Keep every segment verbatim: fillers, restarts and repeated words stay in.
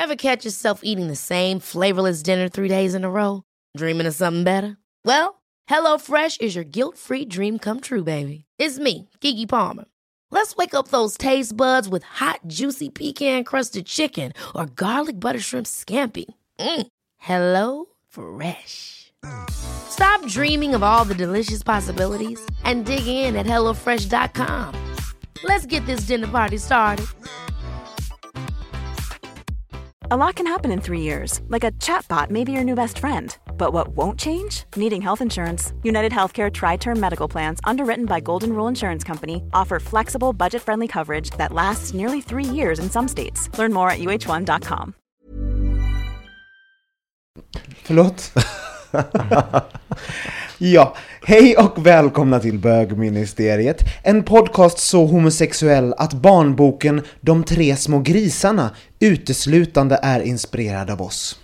Ever catch yourself eating the same flavorless dinner three days in a row? Dreaming of something better? Well, HelloFresh is your guilt-free dream come true, baby. It's me, Keke Palmer. Let's wake up those taste buds with hot, juicy pecan-crusted chicken or garlic butter shrimp scampi. Mm. Hello Fresh. Stop dreaming of all the delicious possibilities and dig in at hello fresh dot com. Let's get this dinner party started. A lot can happen in three years, like a chatbot may be your new best friend. But what won't change? Needing health insurance. United Healthcare Tri-Term Medical Plans, underwritten by Golden Rule Insurance Company, offer flexible, budget-friendly coverage that lasts nearly three years in some states. Learn more at u h one dot com. Förlåt? Ja, hej och välkomna till Bögministeriet. En podcast så homosexuell att barnboken De tre små grisarna uteslutande är inspirerad av oss.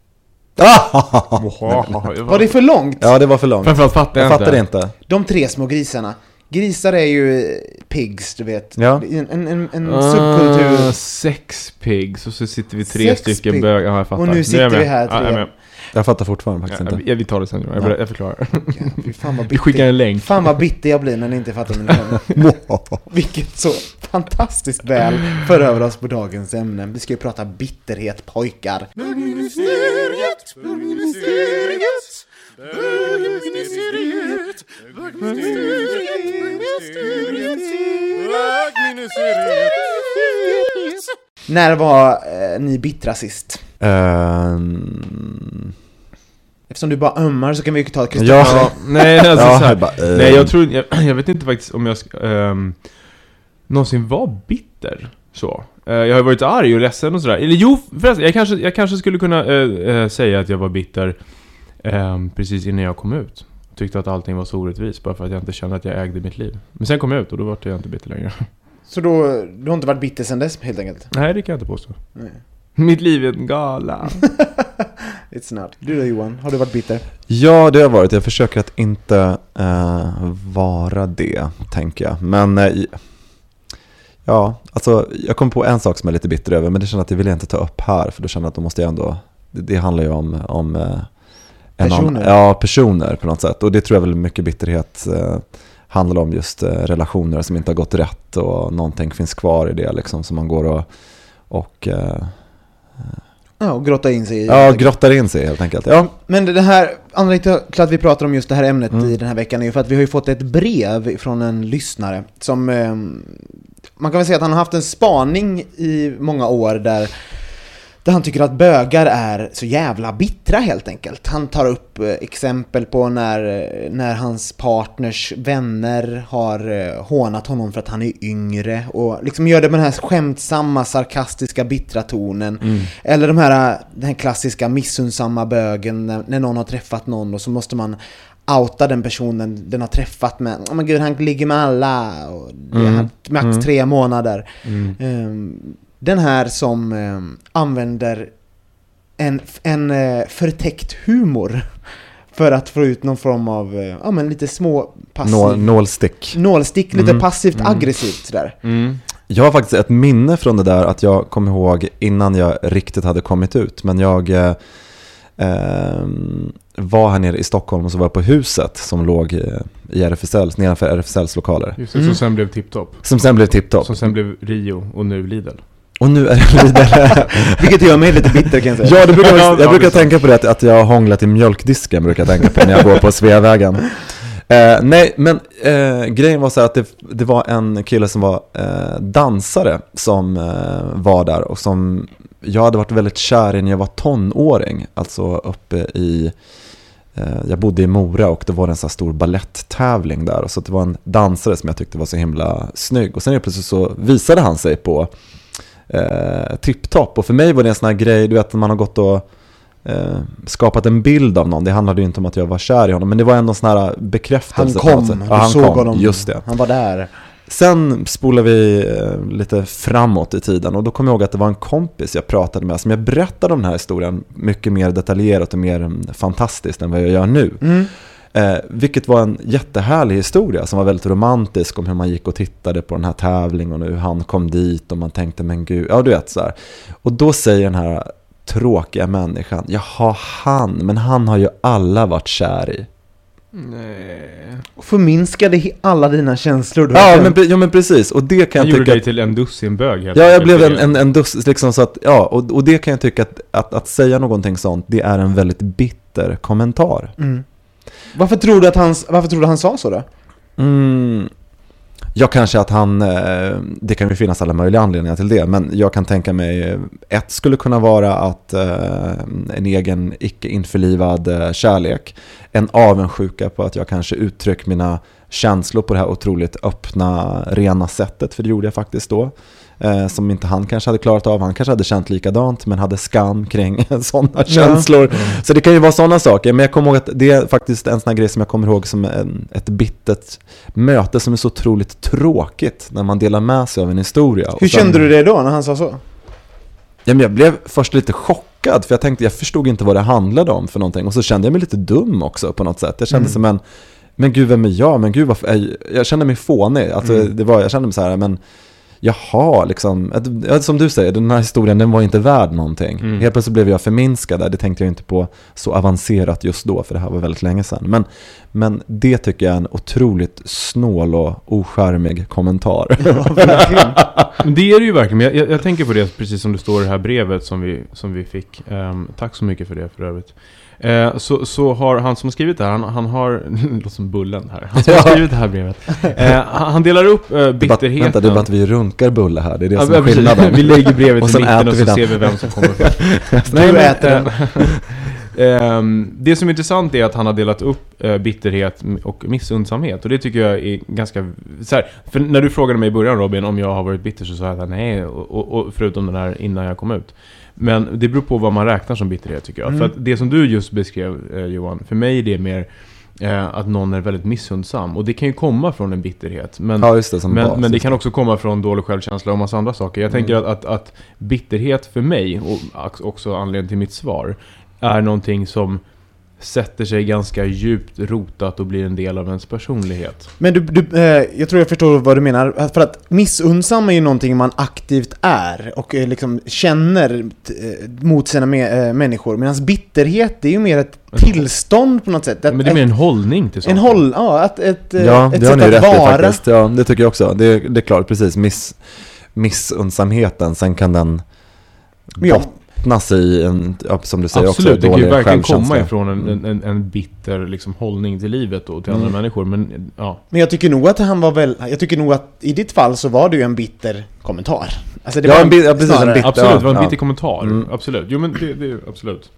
Var det för långt? Ja, det var för långt. Framförallt fattar jag, jag fattade inte. inte. De tre små grisarna. Grisar är ju pigs, du vet. Ja. En, en, en, en uh, subkultur. Sex pigs, och så sitter vi tre Sex stycken bögar. Ja, jag fattar. Och nu sitter vi här tre. Ja, jag fattar fortfarande faktiskt ja, inte. Ja, vi tar det sen. Jag, ja. jag förklarar. Okay. Fan vad vi skickar en länk. Fan vad bitter jag blir när ni inte fattar min Vilket så fantastiskt väl för över oss på dagens ämne. Vi ska ju prata bitterhet, pojkar. Bögministeriet, bögministeriet, bögministeriet, bögministeriet, bögministeriet. När var eh, ni bittra sist? Um... Eftersom du bara ömmar så kan vi ju ta ett Kristoffer. Ja, nej, alltså ja, så här, bara, uh... nej, jag tror jag, jag vet inte faktiskt om jag um, någonsin var bitter så. Uh, jag har varit arg och ledsen och sådär. Eller jo, förresten, jag kanske jag kanske skulle kunna uh, uh, säga att jag var bitter um, precis innan jag kom ut. Tyckte att allting var så orättvist bara för att jag inte kände att jag ägde mitt liv. Men sen kom jag ut och då var jag inte bitter längre. Så då du har inte varit bitter sen dess helt enkelt? Nej, det kan jag inte påstå. Nej. Mitt liv är en gala. It's not. Du då, Johan, har du varit bitter? Ja, det har varit. Jag försöker att inte uh, vara det, tänker jag. Men uh, ja, alltså jag kom på en sak som jag är lite bitter över, men det känner att det vill jag inte ta upp här, för då känner jag att då måste jag ändå, det, det handlar ju om, om uh, en personer. An, ja, personer på något sätt. Och det tror jag väl mycket bitterhet uh, handlar om, just uh, relationer som inte har gått rätt och någonting finns kvar i det liksom, som man går och och uh, Ja, och grotta in sig i. Ja, grottar in sig helt enkelt. Ja. Men det här, anledningen till att vi pratar om just det här ämnet mm. i den här veckan är ju för att vi har ju fått ett brev från en lyssnare som, eh, man kan väl säga att han har haft en spaning i många år där, där han tycker att bögar är så jävla bittra helt enkelt. Han tar upp eh, exempel på när, när hans partners vänner har eh, hånat honom för att han är yngre och liksom gör det med den här skämtsamma, sarkastiska, bittra tonen. Mm. Eller de här, den här klassiska missunnsamma bögen när, när någon har träffat någon och så måste man outa den personen den har träffat med. Åh oh, men gud, han ligger med alla och det är mm. max mm. tre månader. Mm. Um, Den här som eh, använder en, en eh, förtäckt humor för att få ut någon form av eh, ja, men lite små passiv... Nål, nålstick. Nålstick, lite mm. passivt mm. aggressivt där. Mm. Jag har faktiskt ett minne från det där att jag kom ihåg innan jag riktigt hade kommit ut. Men jag eh, eh, var här nere i Stockholm och så var jag på huset som låg i R F S L, nedanför R F S L:s lokaler. Just det, mm. som sen blev Tiptop. Som sen blev Tiptop. Som sen blev Rio och nu Lidl. Och nu är det Lidl. Vilket gör mig lite bitter kan jag säga. Ja, det brukar, jag, jag brukar tänka på det att, att jag har hånglat i mjölkdisken brukar jag tänka på när jag går på Sveavägen. Eh, nej, men eh, grejen var så här att det, det var en kille som var eh, dansare som eh, var där och som jag hade varit väldigt kär i när jag var tonåring. Alltså uppe i, eh, jag bodde i Mora och det var en så här stor balletttävling där. Och så det var en dansare som jag tyckte var så himla snygg. Och sen helt plötsligt så visade han sig på eh, Tiptop. Och för mig var det en sån här grej, du vet, man har gått och Eh, skapat en bild av någon. Det handlade ju inte om att jag var kär i honom, men det var ändå en sån här bekräftelse. Han kom, ja, han såg kom. honom. Just det. Han var där. Sen spolade vi eh, lite framåt i tiden och då kom jag ihåg att det var en kompis jag pratade med som jag berättade om den här historien mycket mer detaljerat och mer fantastiskt än vad jag gör nu. Mm. Eh, vilket var en jättehärlig historia som var väldigt romantisk om hur man gick och tittade på den här tävlingen och hur han kom dit och man tänkte, men gud, ja du vet så här. Och då säger den här tråkiga människan, jaha han, men han har ju alla varit kär i. Nej. Och förminskade alla dina känslor. Ja men, ja men precis, och det kan han jag gjorde tycka dig till en dussinbög. Ja, jag blev en, en, en duss liksom, så att, ja, och, och det kan jag tycka att, att, att säga någonting sånt, det är en väldigt bitter kommentar. Mm. Varför tror du att han, varför tror du han sa så då? Mm, ja, kanske att han, det kan ju finnas alla möjliga anledningar till det, men jag kan tänka mig, ett skulle kunna vara att en egen icke-införlivad kärlek, en avundsjuka på att jag kanske uttryck mina känslor på det här otroligt öppna, rena sättet, för det gjorde jag faktiskt då. Eh, som inte han kanske hade klarat av. Han kanske hade känt likadant men hade skam kring sådana ja. känslor. Mm. Så det kan ju vara sådana saker. Men jag kommer ihåg att det är faktiskt en sån här grej som jag kommer ihåg som en, ett bittert möte som är så otroligt tråkigt när man delar med sig av en historia. Hur sen, kände du det då när han sa så? Ja, men jag blev först lite chockad för jag tänkte, jag förstod inte vad det handlade om för någonting. Och så kände jag mig lite dum också på något sätt. Jag kände mm. som en, men gud vem är jag? Men gud varför är, jag kände mig fånig. Alltså, mm. det var, jag kände mig så här, men jaha, liksom, som du säger, den här historien, den var inte värd någonting. Mm. Helt plötsligt blev jag förminskad där, det tänkte jag inte på så avancerat just då, för det här var väldigt länge sedan. Men, men det tycker jag är en otroligt snål och ocharmig kommentar. Det är det ju verkligen, jag, jag, jag tänker på det precis som det står i det här brevet som vi, som vi fick. Um, tack så mycket för det för övrigt. Eh, så, så har han som skrivit det här, han, han har, det låter som Bullen här, han som har skrivit det här brevet, eh, han delar upp eh, bitterheten. Vänta, det är bara att vi runkar Bulle här, det är det ja, som är skillnaden. Vi lägger brevet och i mitten och så vi ser vi vem som kommer först. Nej, men, äter den. eh, det som är intressant är att han har delat upp eh, bitterhet och missundsamhet, och det tycker jag är ganska så här, för när du frågade mig i början, Robin, om jag har varit bitter, så sa jag nej, och, och, och förutom den här innan jag kom ut. Men det beror på vad man räknar som bitterhet, tycker jag. Mm. För att det som du just beskrev, eh, Johan, för mig är det mer eh, att någon är väldigt missundsam. Och det kan ju komma från en bitterhet. Men, ja, just det, som men, bas, men det kan också komma från dålig självkänsla och massa andra saker. Jag mm. tänker att, att, att bitterhet för mig, och också anledningen till mitt svar, är någonting som sätter sig ganska djupt rotat och blir en del av ens personlighet. Men du, du eh, jag tror jag förstår vad du menar. För att missundsam är ju någonting man aktivt är och eh, liksom känner t- mot sina me- äh, människor. Medan bitterhet, det är ju mer ett tillstånd på något sätt. Ett, men det är mer en hållning till saker. En håll, ja, ett, ett, ja, ett det sätt att vara. Faktiskt. Ja, det tycker jag också. Det, det är klart, precis. Miss, missundsamheten, sen kan den bottnas i en, som du säger, absolut, också det kan ju verkligen självkänsla. komma ifrån en, en, en, en bitter liksom, hållning till livet och till mm. andra människor. Men, ja. men jag tycker nog att han var väl, jag tycker nog att i ditt fall så var det ju en bitter kommentar. Alltså det ja, var en, ja, precis, en bitter, absolut, det var en ja. bitter kommentar. Mm. Absolut. Jo, men det, det absolut.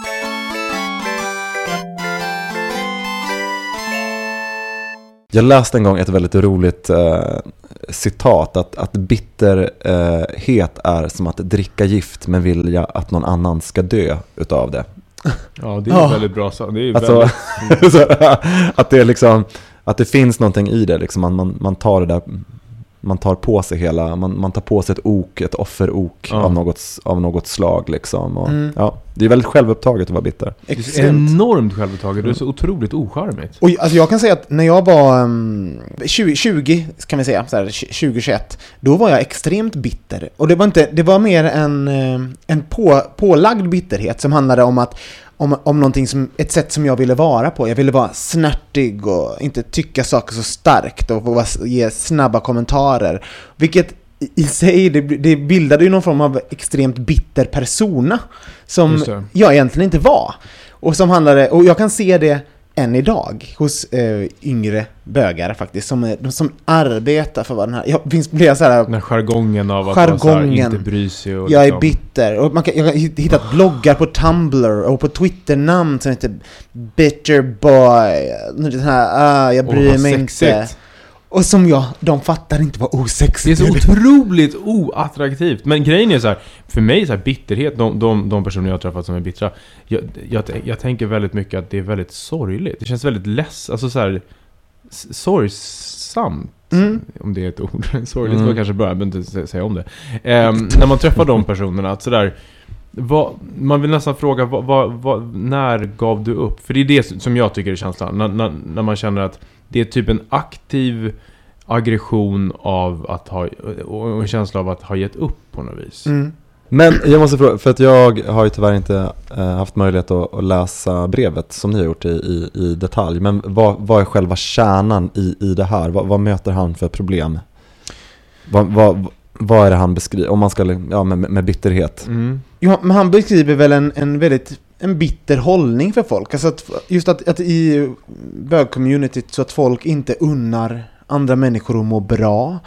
Jag läste en gång ett väldigt roligt eh, citat, att, att bitterhet eh, är som att dricka gift men vilja att någon annan ska dö utav det. Ja, det är oh. väldigt bra. Det är alltså, väldigt... att det är liksom, att det finns någonting i det liksom, man, man, man tar det där, man tar på sig hela, man, man tar på sig ett ok, ett offerok ja. av, något, av något slag liksom. Och, mm. ja, det är väldigt självupptaget att vara bitter. Det är enormt självupptaget, det är så otroligt ocharmigt. Och alltså jag kan säga att när jag var um, tjugo, tjugo kan vi säga, så här, tjugo tjugoett, då var jag extremt bitter. Och det var, inte, det var mer en, en på, pålagd bitterhet som handlade om att Om, om någonting som, ett sätt som jag ville vara på. Jag ville vara snärtig och inte tycka saker så starkt och få ge snabba kommentarer. Vilket i sig, det, det bildade ju någon form av extremt bitter persona som jag egentligen inte var. Och som handlade, och jag kan se det än idag hos eh, yngre bögar faktiskt som, som arbetar för vad den här, jag finns flera så här, den här jargongen av att jargongen, man inte bryr sig och jag liksom. är bitter och man kan, jag har hittat bloggar på Tumblr och på Twitter namn som heter Bitter Boy, den här, ah, jag bryr oh, mig inte. Och som jag, de fattar inte vad osexigt. Det är så otroligt oattraktivt. Men grejen är så här, för mig så här bitterhet, de, de, de personer jag har träffat som är bittra, jag, jag, jag tänker väldigt mycket att det är väldigt sorgligt. Det känns väldigt less, alltså så här sorgsamt. Mm. Om det är ett ord. Sorgligt mm. var kanske bra, jag behöver inte säga om det. Um, när man träffar de personerna, att så där, vad, man vill nästan fråga, vad, vad, vad, när gav du upp? För det är det som jag tycker är känslan. När, när, när man känner att det är typ en aktiv aggression av att ha, och en känsla av att ha gett upp på något vis. Mm. Men jag måste fråga, för att jag har ju tyvärr inte äh, haft möjlighet att, att läsa brevet som ni har gjort i, i, i detalj. Men vad, vad är själva kärnan i, i det här? Vad, vad möter han för problem? Vad, vad, vad är det han beskriver? Om man ska, ja, med, med bitterhet. Mm. Ja, men han beskriver väl en, en väldigt en bitter hållning för folk. Alltså att, just att, att i bög-communityt så att folk inte unnar andra människor att må bra.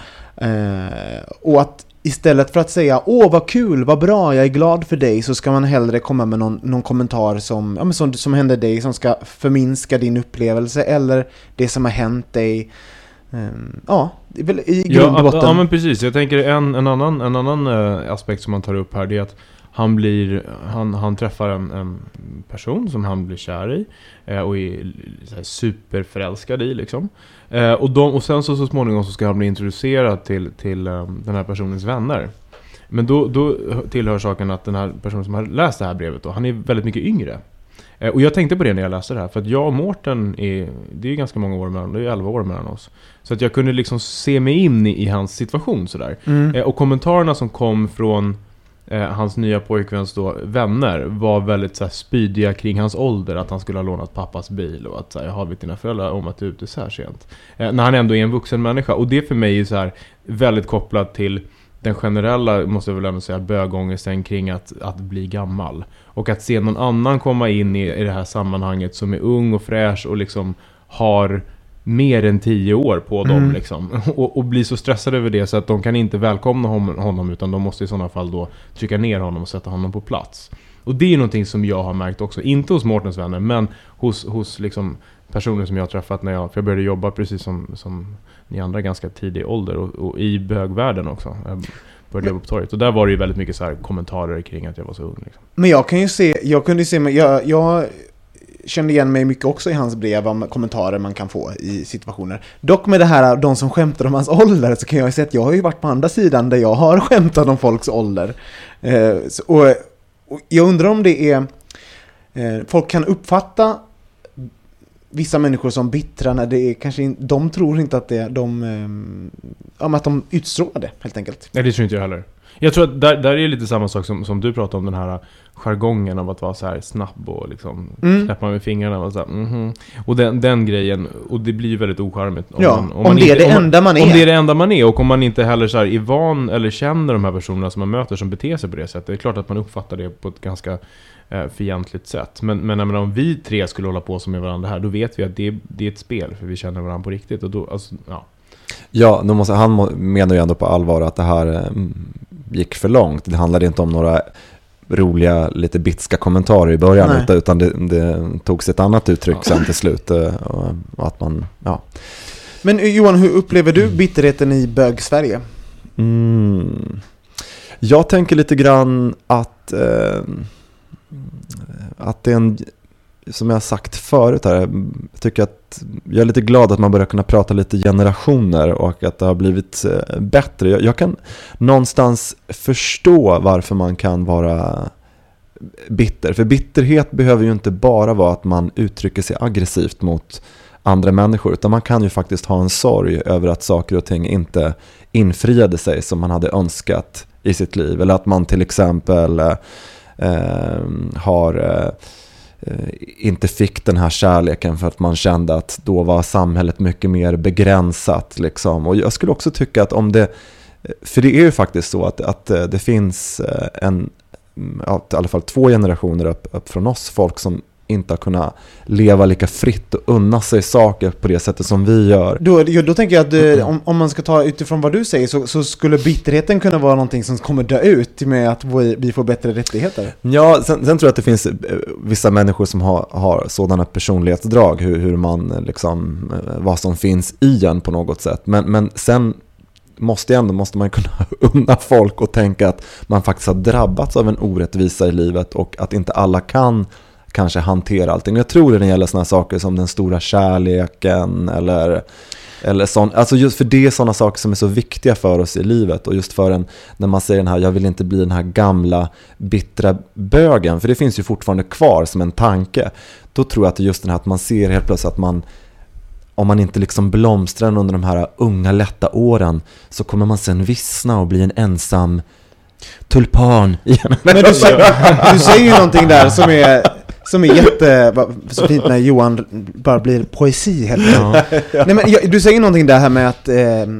Eh, och att istället för att säga, åh vad kul, vad bra, jag är glad för dig, så ska man hellre komma med någon, någon kommentar som, ja, men som, som händer dig, som ska förminska din upplevelse eller det som har hänt dig. Um, ja, det är väl i grund och botten. Ja, ja, men precis. Jag tänker en, en annan, en annan uh, aspekt som man tar upp här, det är att han blir, han, han träffar en, en person som han blir kär i eh, och är så här, superförälskad i liksom. Eh, och, de, och sen så, så småningom så ska han bli introducerad till, till um, den här personens vänner. Men då, då tillhör saken att den här personen som har läst det här brevet då, han är väldigt mycket yngre. Eh, och jag tänkte på det när jag läste det här, för att jag och Mårten är, det är ju ganska många år mellan, det är elva år mellan oss. Så att jag kunde liksom se mig in i, i hans situation sådär. Mm. Eh, och kommentarerna som kom från Eh, hans nya pojkväns då, vänner var väldigt så här, spydiga kring hans ålder, att han skulle ha lånat pappas bil och att så här, jag har vid dina föräldrar om att du är ute så här sent. Eh, när han ändå är en vuxen människa. Och det för mig är så här, väldigt kopplat till den generella, måste jag väl ändå säga, bögångesten kring att, att bli gammal. Och att se någon annan komma in i, i det här sammanhanget som är ung och fräsch och liksom har mer än tio år på dem mm. liksom. Och, och blir så stressade över det så att de kan inte välkomna honom, utan de måste i sådana fall då trycka ner honom och sätta honom på plats. Och det är någonting som jag har märkt också, inte hos Mårtens vänner, men hos, hos liksom personer som jag har träffat när jag, för jag började jobba precis som, som ni andra ganska tidig ålder och, och i bögvärlden också. Jag började jobba på torget. Och där var det ju väldigt mycket så här kommentarer kring att jag var så ung liksom. Men jag kan ju se, jag kunde se, jag, jag kände igen mig mycket också i hans brev om kommentarer man kan få i situationer. Dock med det här, de som skämtar om hans ålder, så kan jag ju säga att jag har ju varit på andra sidan där jag har skämtat om folks ålder. Eh, så, och, och jag undrar om det är eh, folk kan uppfatta vissa människor som bittra när det är kanske in, de tror inte att det är de, eh, att de utstrålar det helt enkelt. Nej, det tror inte jag heller. Jag tror att där, där är lite samma sak som, som du pratade om, den här jargongen av att vara så här snabb och liksom mm. släppa med fingrarna och så här, mm-hmm. och den, den grejen, och det blir ju väldigt ocharmigt om, ja, man, om, om man det är inte, det enda man är. Om det är det enda man är, och om man inte heller så här är van eller känner de här personerna som man möter som beter sig på det sättet. Det är klart att man uppfattar det på ett ganska eh, fientligt sätt. Men, men menar, om vi tre skulle hålla på som med varandra här, då vet vi att det, det är ett spel, för vi känner varandra på riktigt. Och då, alltså, ja. Ja, då måste, han menar ju ändå på allvar att det här mm, gick för långt. Det handlade inte om några roliga, lite bitska kommentarer i början, utan, utan det, det tog sig ett annat uttryck ja. sen till slut. Och, och att man, ja. Men Johan, hur upplever du bitterheten i bög-Sverige? Mm. Jag tänker lite grann att eh, att det är en, som jag har sagt förut här, jag tycker att jag är lite glad att man börjar kunna prata lite generationer och att det har blivit bättre. Jag, jag kan någonstans förstå varför man kan vara bitter. För bitterhet behöver ju inte bara vara att man uttrycker sig aggressivt mot andra människor, utan man kan ju faktiskt ha en sorg över att saker och ting inte infriade sig som man hade önskat i sitt liv. Eller att man till exempel eh, har... Eh, inte fick den här kärleken för att man kände att då var samhället mycket mer begränsat liksom. Och jag skulle också tycka att om det, för det är ju faktiskt så att, att det finns en, ja, i alla fall två generationer upp, upp från oss, folk som inte har kunnat leva lika fritt och unna sig saker på det sättet som vi gör. Då, då tänker jag att mm. om, om man ska ta utifrån vad du säger, så, så skulle bitterheten kunna vara någonting som kommer dö ut med att vi, vi får bättre rättigheter. Ja, sen, sen tror jag att det finns vissa människor som har, har sådana personlighetsdrag, hur, hur man liksom, vad som finns i en på något sätt. Men, men sen måste ändå måste man kunna unna folk och tänka att man faktiskt har drabbats av en orättvisa i livet och att inte alla kan kanske hantera allting. Jag tror det när det gäller såna saker som den stora kärleken eller Eller sån, alltså just för det är sådana saker som är så viktiga för oss i livet. Och just för en, när man säger den här, jag vill inte bli den här gamla bittra bögen. För det finns ju fortfarande kvar som en tanke. Då tror jag att det är just den här att man ser helt plötsligt att man, om man inte liksom blomstrar under de här unga lätta åren, så kommer man sen vissna och bli en ensam tulpan igen. Men du, du säger ju någonting där som är som är jätte så fint när Johan bara blir poesi helt. Ja. Nej, men jag, du säger någonting där här med att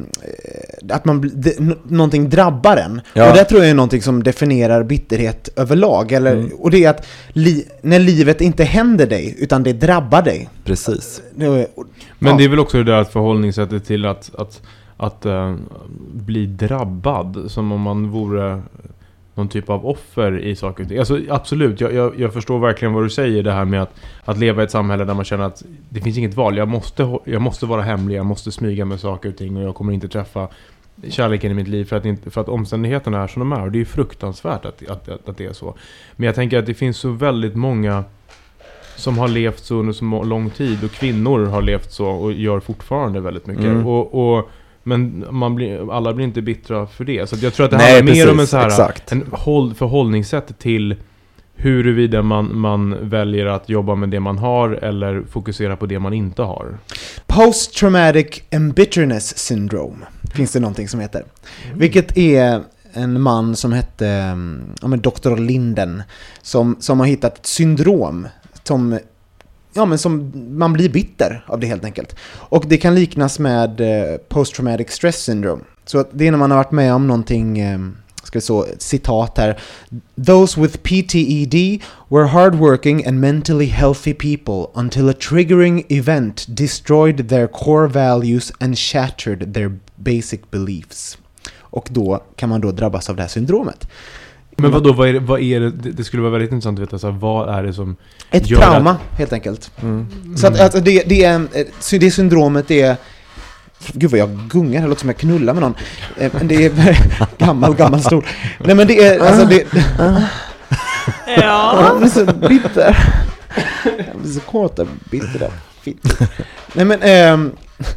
eh, att man de, någonting drabbar en. Ja. Och det tror jag är någonting som definierar bitterhet överlag, eller mm. och det är att li, när livet inte händer dig utan det drabbar dig. Precis. Men ja. Det är väl också det där att förhållningssättet till att att att uh, bli drabbad, som om man vore någon typ av offer i saker och ting. Alltså absolut, jag, jag, jag förstår verkligen vad du säger, det här med att, att leva i ett samhälle där man känner att det finns inget val, jag måste, jag måste vara hemlig, jag måste smyga med saker och ting, och jag kommer inte träffa kärleken i mitt liv för att, inte, för att omständigheterna är som de är, och det är fruktansvärt att, att, att, att det är så. Men jag tänker att det finns så väldigt många som har levt så under så lång tid, och kvinnor har levt så och gör fortfarande väldigt mycket. Mm. Och, och men man blir, alla blir inte bittra för det. Så jag tror att det Nej, handlar precis, mer om en, så här, en håll, förhållningssätt till huruvida man, man väljer att jobba med det man har eller fokusera på det man inte har. Post-traumatic embitterness syndrome finns det någonting som heter. Mm. Vilket är en man som hette ja, men doktor Linden som, som har hittat ett syndrom som Ja, men som man blir bitter av det helt enkelt. Och det kan liknas med eh, post-traumatic stress syndrome. Så att det är när man har varit med om någonting, eh, ska vi så, citat här. Those with P T E D were hardworking and mentally healthy people until a triggering event destroyed their core values and shattered their basic beliefs. Och då kan man då drabbas av det här syndromet. Men vad då, vad är det, vad är det, det skulle vara väldigt intressant att veta, så här, vad är det som ett gör trauma, att... helt enkelt. Mm. Så att, alltså, det, det, är, det syndromet är, gud vad jag gungar, det låter som jag knullar med någon. Men det är gammal, gammal stor. Nej men det är, alltså det... Ja. Jag blir så bitter. Jag blir så kort och bitter där. Fitt. Nej men, ähm...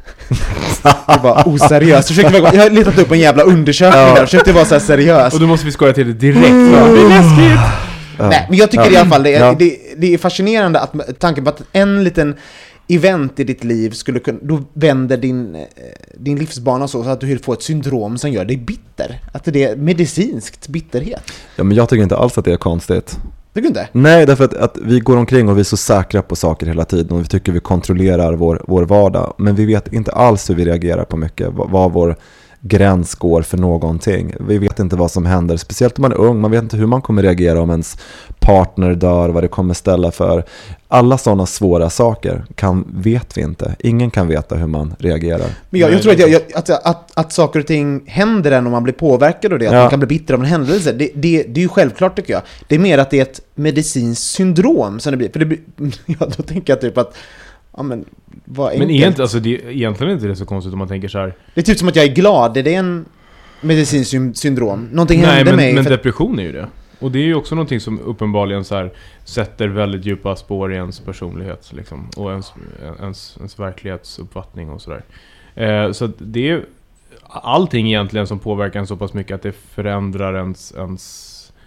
det var oseriöst. Jag, försökte, jag har letat upp en jävla undersökning ja. där. Jag försökte vara så här seriös. Och då måste vi skoja till det direkt. Mm. Det är läskigt. Ja. Nej, men jag tycker ja. i alla fall det är, ja. det, det är fascinerande att tanken på att en liten event i ditt liv skulle kunna, då vänder din, din livsbana så, så att du får ett syndrom som gör dig bitter. Att det är medicinskt bitterhet. Ja, men jag tycker inte alls att det är konstigt. Tycker du inte? Nej, därför att, att vi går omkring och vi är så säkra på saker hela tiden, och vi tycker vi kontrollerar vår, vår vardag, men vi vet inte alls hur vi reagerar på mycket, vad, vad vår gräns går för någonting. Vi vet inte vad som händer, speciellt om man är ung. Man vet inte hur man kommer reagera om ens partner dör, vad det kommer ställa för. Alla sådana svåra saker kan, vet vi inte. Ingen kan veta hur man reagerar. Men jag, jag tror att, jag, att, att, att saker och ting händer än om man blir påverkad av det. Att ja. man kan bli bitter av en händelse. Det, det, det är ju självklart, tycker jag. Det är mer att det är ett medicinskt syndrom som det blir. För det blir, ja, då tänker jag typ att ja, men vad Men egentligen, alltså, det, egentligen är inte det så konstigt om man tänker så här. Det är typ som att jag är glad. Är det en medicinsk syndrom? Någonting Nej, händer men, mig. men för... depression är ju det. Och det är ju också någonting som uppenbarligen så här sätter väldigt djupa spår i ens personlighet liksom, och ens, ens, ens verklighetsuppfattning och sådär. Eh, så det är allting egentligen som påverkar en så pass mycket att det förändrar ens, ens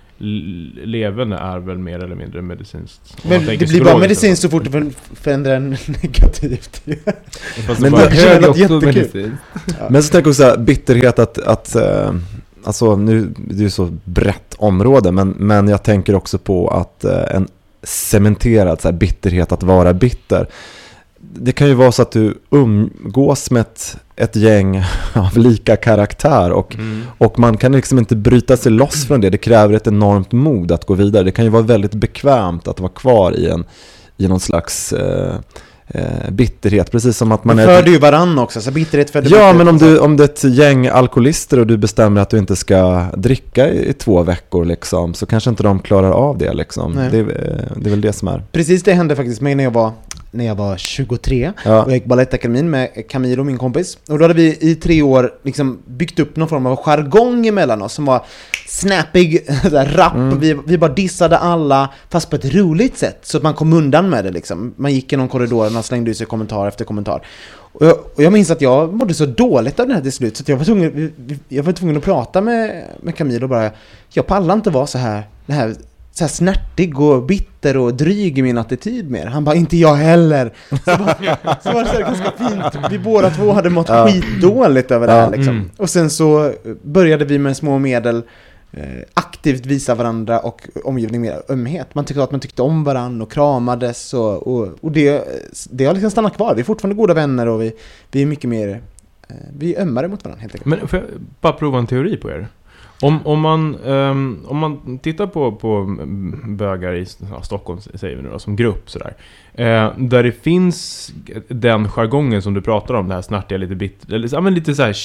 levande är väl mer eller mindre medicinskt. Men det blir bara medicinskt så fort det förändrar en negativt. Men det är något jättekul. Ja. Men så tänker jag så här, bitterhet att, att äh, alltså nu det är ju så brett område, men, men jag tänker också på att äh, en cementerad så här, bitterhet att vara bitter. Det kan ju vara så att du umgås med ett, ett gäng av lika karaktär och, mm. och man kan liksom inte bryta sig loss från det. Det kräver ett enormt mod att gå vidare. Det kan ju vara väldigt bekvämt att vara kvar i, en, i någon slags eh, eh, bitterhet. Precis som att man är... föder ju varann också, så bitterhet föder Ja, men om, du, om det är ett gäng alkoholister och du bestämmer att du inte ska dricka i, i två veckor liksom, så kanske inte de klarar av det liksom. Det, det är väl det som är. Precis, det hände faktiskt mig när jag var när jag var tjugotre. Ja. Och jag gick Balettakademin med Camilo, min kompis. Och då hade vi i tre år liksom byggt upp någon form av jargong emellan oss som var snappig, rapp. Mm. Vi, vi bara dissade alla, fast på ett roligt sätt. Så att man kom undan med det liksom. Man gick i någon korridor och slängde ut sig kommentar efter kommentar. Och jag, och jag minns att jag mådde så dåligt av det här till slut. Så att jag var tvungen, jag var tvungen att prata med, med Camilo och bara, jag pallar inte vara så här, det här så här snärtig och bitter och dryg i min attityd mer. Han bara, inte jag heller. Så, bara, så var det så här ganska fint. Vi båda två hade mått ja. skitdåligt över det här liksom. Mm. Och sen så började vi med små medel eh, aktivt visa varandra och omgivning mer ömhet. Man tyckte att man tyckte om varandra och kramades och, och, och det, det har liksom stannat kvar. Vi är fortfarande goda vänner och vi, vi är mycket mer eh, vi är ömmare mot varandra helt enkelt. Men får jag bara prova en teori på er? Om, om, man, um, om man tittar på, på bögar i ja, Stockholm säger vi nu då, som grupp sådär, eh, där det finns den jargongen som du pratar om, det här snartiga lite bit, eller ja, men lite så här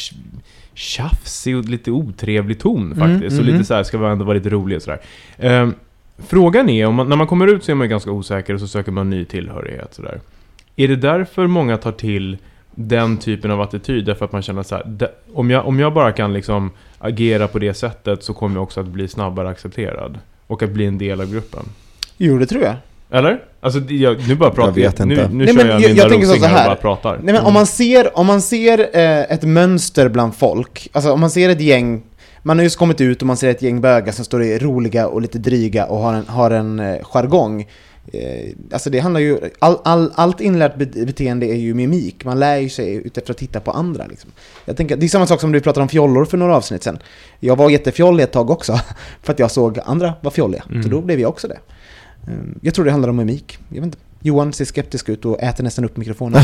tjafsig och lite otrevlig ton faktiskt, mm, och mm. lite så här ska vara ändå vara lite rolig och sådär. Eh, frågan är, om man, när man kommer ut så är man ganska osäker och så söker man ny tillhörighet sådär. Är det därför många tar till den typen av attityd, därför att man känner så här, de, om, jag, om jag bara kan liksom agera på det sättet så kommer jag också att bli snabbare accepterad och att bli en del av gruppen? Jo, det tror jag. Eller? Alltså, jag, nu bara pratar jag. vet nu, inte. Nu, nu Nej, kör men jag, jag, Linda jag tänker så här. Och bara pratar. Nej, men mm. om man ser, om man ser eh, ett mönster bland folk, alltså om man ser ett gäng, man har just kommit ut och man ser ett gäng bögar som står i roliga och lite dryga och har en, har en eh, jargong. Eh, alltså det handlar ju all, all, allt inlärt beteende är ju mimik. Man lär ju sig utefter att titta på andra liksom. Jag tänker, det är samma sak som du pratade om fjollor för några avsnitt sen. Jag var jättefjollig ett tag också för att jag såg andra var fjolliga. Mm. Så då blev jag också det. eh, Jag tror det handlar om mimik. Jag vet inte. Johan ser skeptisk ut och äter nästan upp mikrofonen.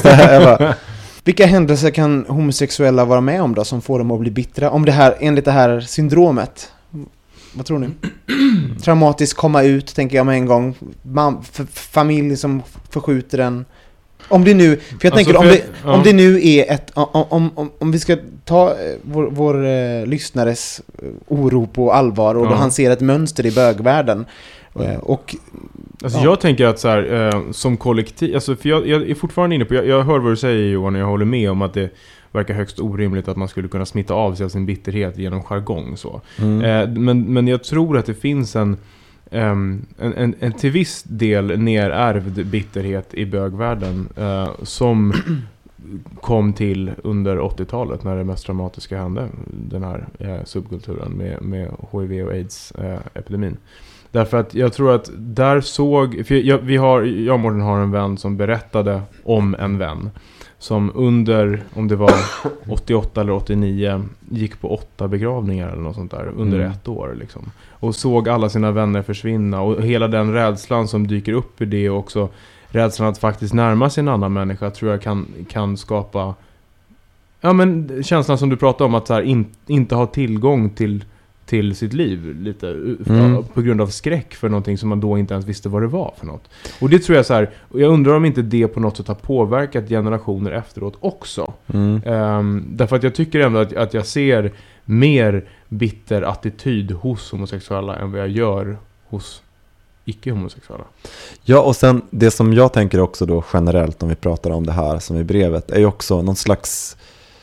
Vilka händelser kan homosexuella vara med om då som får dem att bli bittra? Om det här, enligt det här syndromet. Vad tror ni? Traumatiskt komma ut, tänker jag med en gång. Man, f- familj som förskjuter den. Om det nu, för jag alltså tänker för om, jag, det, ja. om det nu är ett, om, om, om, om vi ska ta eh, vår, vår eh, lyssnares oro på allvar och ja. då han ser ett mönster i bögvärlden. Eh, och Alltså ja. jag tänker att så här, eh, som kollektiv, alltså för jag, jag är fortfarande inne på, jag, jag hör vad du säger Johan och jag håller med om att det verkar högst orimligt att man skulle kunna smitta av sig av sin bitterhet genom jargong så. Mm. Eh, men, men jag tror att det finns en, um, en, en, en till viss del nerärvd bitterhet i bögvärlden eh, som kom till under åttiotalet när det mest dramatiska hände, den här eh, subkulturen med, med H I V och AIDS-epidemin. Eh, Därför att jag tror att där såg, för jag, vi har, jag och Morten har en vän som berättade om en vän som under, om det var åttioåtta eller åttionio, gick på åtta begravningar eller något sånt där under mm. ett år liksom. Och såg alla sina vänner försvinna och hela den rädslan som dyker upp i det och också rädslan att faktiskt närma sig en annan människa tror jag kan, kan skapa ja men känslan som du pratade om att så här, in, inte ha tillgång till till sitt liv lite mm. på grund av skräck för någonting som man då inte ens visste vad det var för något. Och det tror jag så här, och jag undrar om inte det på något sätt har påverkat generationer efteråt också. Mm. Um, därför att jag tycker ändå att, att jag ser mer bitter attityd hos homosexuella än vad jag gör hos icke-homosexuella. Ja, och sen det som jag tänker också då generellt om vi pratar om det här som i brevet är ju också någon slags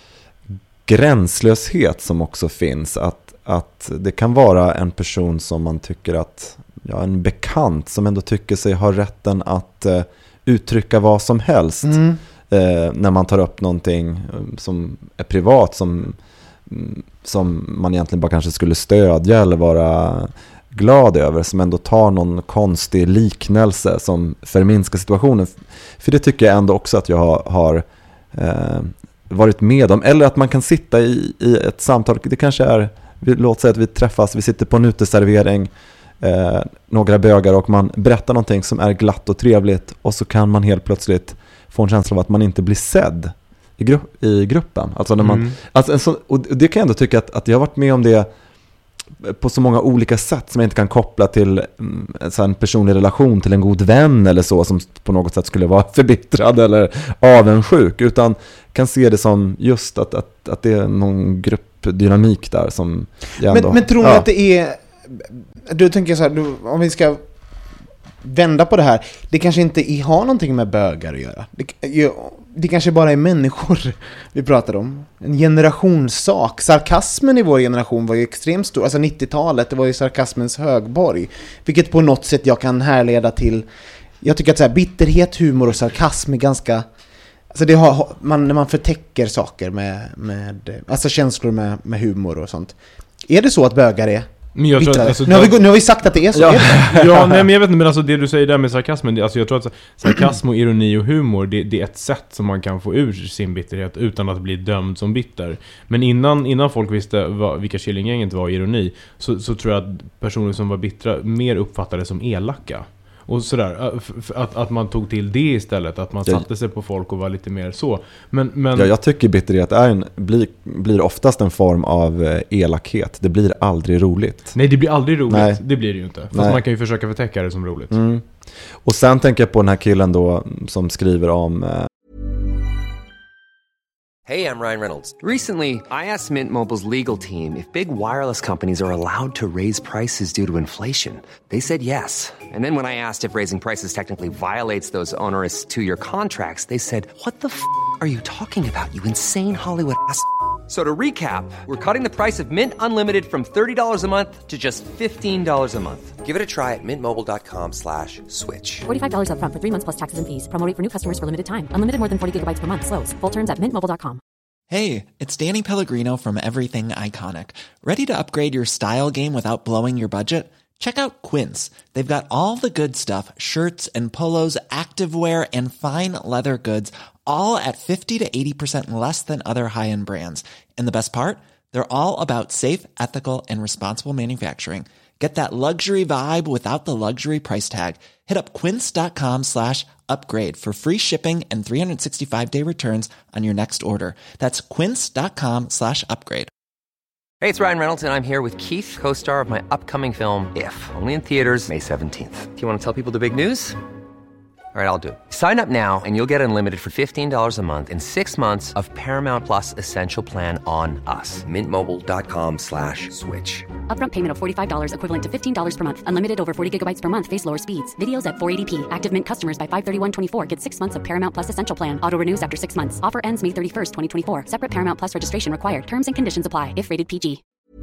gränslöshet som också finns, att att det kan vara en person som man tycker att, ja, en bekant som ändå tycker sig ha rätten att uh, uttrycka vad som helst mm. uh, när man tar upp någonting um, som är privat som, um, som man egentligen bara kanske skulle stödja eller vara glad över, som ändå tar någon konstig liknelse som förminskar situationen. För det tycker jag ändå också att jag har, har uh, varit med om. Eller att man kan sitta i, i ett samtal, det kanske är låt säga att vi träffas, vi sitter på en uteservering, eh, några bögar och man berättar någonting som är glatt och trevligt och så kan man helt plötsligt få en känsla av att man inte blir sedd i, gru- i gruppen. Alltså när man, mm. alltså en så, och det kan jag ändå tycka att, att jag har varit med om det på så många olika sätt som jag inte kan koppla till mm, så en personlig relation till en god vän eller så som på något sätt skulle vara förbittrad eller avundsjuk, utan kan se det som just att, att, att det är någon grupp dynamik där som jag ändå, men, men tror ni ja. att det är, du tänker så här, du, om vi ska vända på det här. Det kanske inte har någonting med bögar att göra. Det, det kanske bara är människor vi pratar om. En generationssak. Sarkasmen i vår generation var ju extremt stor. Alltså nittiotalet, det var ju sarkasmens högborg. Vilket på något sätt jag kan härleda till. Jag tycker att så här, bitterhet, humor och sarkasm är ganska... Alltså det har, man, när man förtäcker saker med, med alltså känslor med, med humor och sånt. Är det så att bögar är men jag tror att, alltså, nu, har vi, nu har vi sagt att det är så. Ja, ja nej, men jag vet inte, men alltså det du säger där med sarkasmen, det, alltså jag tror att sarkasm och ironi och humor, det, det är ett sätt som man kan få ur sin bitterhet utan att bli dömd som bitter. Men innan, innan folk visste vad, vilka Killinggänget var ironi, så, så tror jag att personer som var bittra mer uppfattade som elaka. Och sådär, att, att man tog till det istället, att man satte sig på folk och var lite mer så. Men, men... Ja, jag tycker bitterhet är en, blir, blir oftast en form av elakhet. Det blir aldrig roligt. Nej, det blir aldrig roligt. Nej. Det blir det ju inte. Fast Nej. man kan ju försöka förtäcka det som roligt. Mm. Och sen tänker jag på den här killen då som skriver om... Eh... Hey, I'm Ryan Reynolds. Recently, I asked Mint Mobile's legal team if big wireless companies are allowed to raise prices due to inflation. They said yes. And then when I asked if raising prices technically violates those onerous two-year contracts, they said, what the f*** are you talking about, you insane Hollywood ass f- So to recap, we're cutting the price of Mint Unlimited from thirty dollars a month to just fifteen dollars a month. Give it a try at mintmobile.com slash switch. forty-five dollars up front for three months plus taxes and fees. Promo rate for new customers for limited time. Unlimited more than forty gigabytes per month. Slows full terms at mint mobile dot com. Hey, it's Danny Pellegrino from Everything Iconic. Ready to upgrade your style game without blowing your budget? Check out Quince. They've got all the good stuff, shirts and polos, activewear and fine leather goods, all at fifty to eighty percent less than other high-end brands. And the best part? They're all about safe, ethical, and responsible manufacturing. Get that luxury vibe without the luxury price tag. Hit up quince.com slash upgrade for free shipping and three sixty-five day returns on your next order. That's quince.com slash upgrade. Hey, it's Ryan Reynolds, and I'm here with Keith, co-star of my upcoming film, If, only in theaters May seventeenth. Do you want to tell people the big news? All right, I'll do it. Sign up now and you'll get unlimited for fifteen dollars a month and six months of Paramount Plus Essential Plan on us. Mintmobile.com slash switch. Upfront payment of forty-five dollars equivalent to fifteen dollars per month. Unlimited over forty gigabytes per month. Face lower speeds. Videos at four eighty p. Active Mint customers by five thirty-one twenty-four get six months of Paramount Plus Essential Plan. Auto renews after six months. Offer ends May thirty-first, twenty twenty-four. Separate Paramount Plus registration required. Terms and conditions apply if rated P G.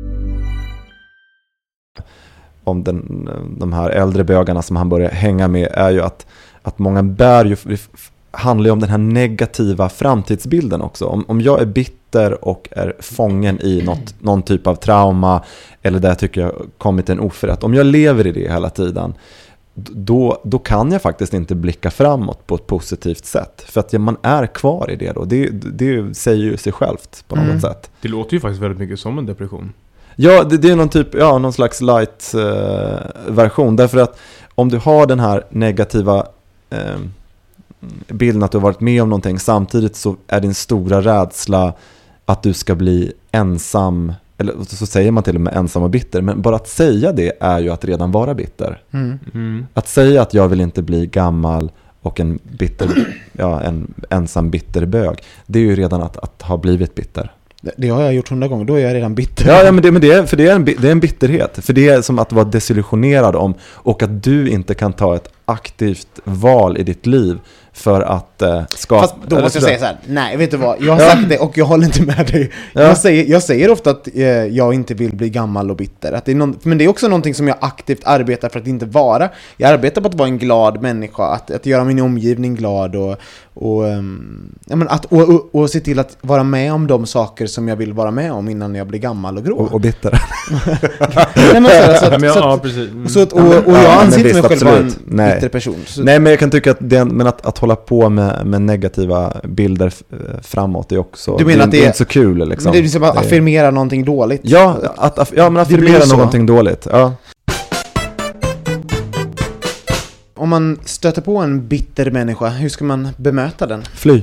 Om den, de här äldre bögarna som han börjar hänga med är ju att, att många bär ju, handlar ju om den här negativa framtidsbilden också. Om, om jag är bitter och är fången i något, någon typ av trauma eller där jag tycker jag kommit en oförrätt. Om jag lever i det hela tiden, då, då kan jag faktiskt inte blicka framåt på ett positivt sätt. För att man är kvar i det då. Det, det säger ju sig självt på något mm. sätt. Det låter ju faktiskt väldigt mycket som en depression. Ja, det, det är någon typ, ja, någon slags light eh, version. Därför att om du har den här negativa eh, bilden att du har varit med om någonting, samtidigt så är din stora rädsla att du ska bli ensam, eller så säger man till och med ensam och bitter, men bara att säga det är ju att redan vara bitter. Mm. Mm. Att säga att jag vill inte bli gammal och en bitter, ja, en ensam bitter bög, det är ju redan att, att ha blivit bitter. Det har jag gjort hundra gånger, då är jag redan bitter. Ja, ja men, det, men det, är, för det, är en, det är en bitterhet. För det är som att vara desillusionerad om, och att du inte kan ta ett aktivt val i ditt liv för att eh, skapa... Fast då måste jag säga så här: nej, vet du vad, jag har ja. sagt det och jag håller inte med dig. Ja. Jag, säger, jag säger ofta att eh, jag inte vill bli gammal och bitter. Att det är någon, men det är också någonting som jag aktivt arbetar för att inte vara. Jag arbetar på att vara en glad människa, att, att göra min omgivning glad och, och, um, ja, men att, och, och, och se till att vara med om de saker som jag vill vara med om innan jag blir gammal och grå. Och, och bitter. Nej, men så, så, att, så, att, mm. så att, och, och jag ja, anser mig själv vara en Nej. bitter person. Så. Nej, men jag kan tycka att, det, men att, att hålla på med, med negativa bilder framåt är också, du menar det, att det är är inte så kul liksom. Men det är liksom att det, affirmera någonting dåligt. Ja, att, att, ja men affirmera någonting dåligt. Ja. Om man stöter på en bitter människa, hur ska man bemöta den? Fly.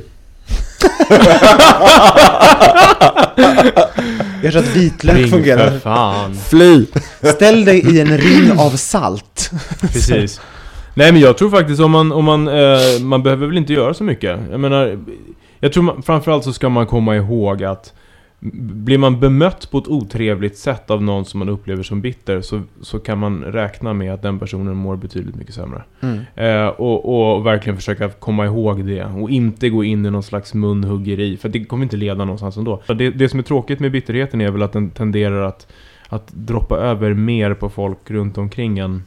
Jag tror att vitlök ring fungerar. För fan. Fly. Ställ dig i en ring av salt. Precis. Nej, men jag tror faktiskt om man, om man, eh, man behöver väl inte göra så mycket. Jag menar, jag tror man, framförallt så ska man komma ihåg att blir man bemött på ett otrevligt sätt av någon som man upplever som bitter, så, så kan man räkna med att den personen mår betydligt mycket sämre. Mm. Eh, och, och verkligen försöka komma ihåg det och inte gå in i någon slags munhuggeri, för det kommer inte leda någonstans ändå. Det, det som är tråkigt med bitterheten är väl att den tenderar att, att droppa över mer på folk runt omkring en.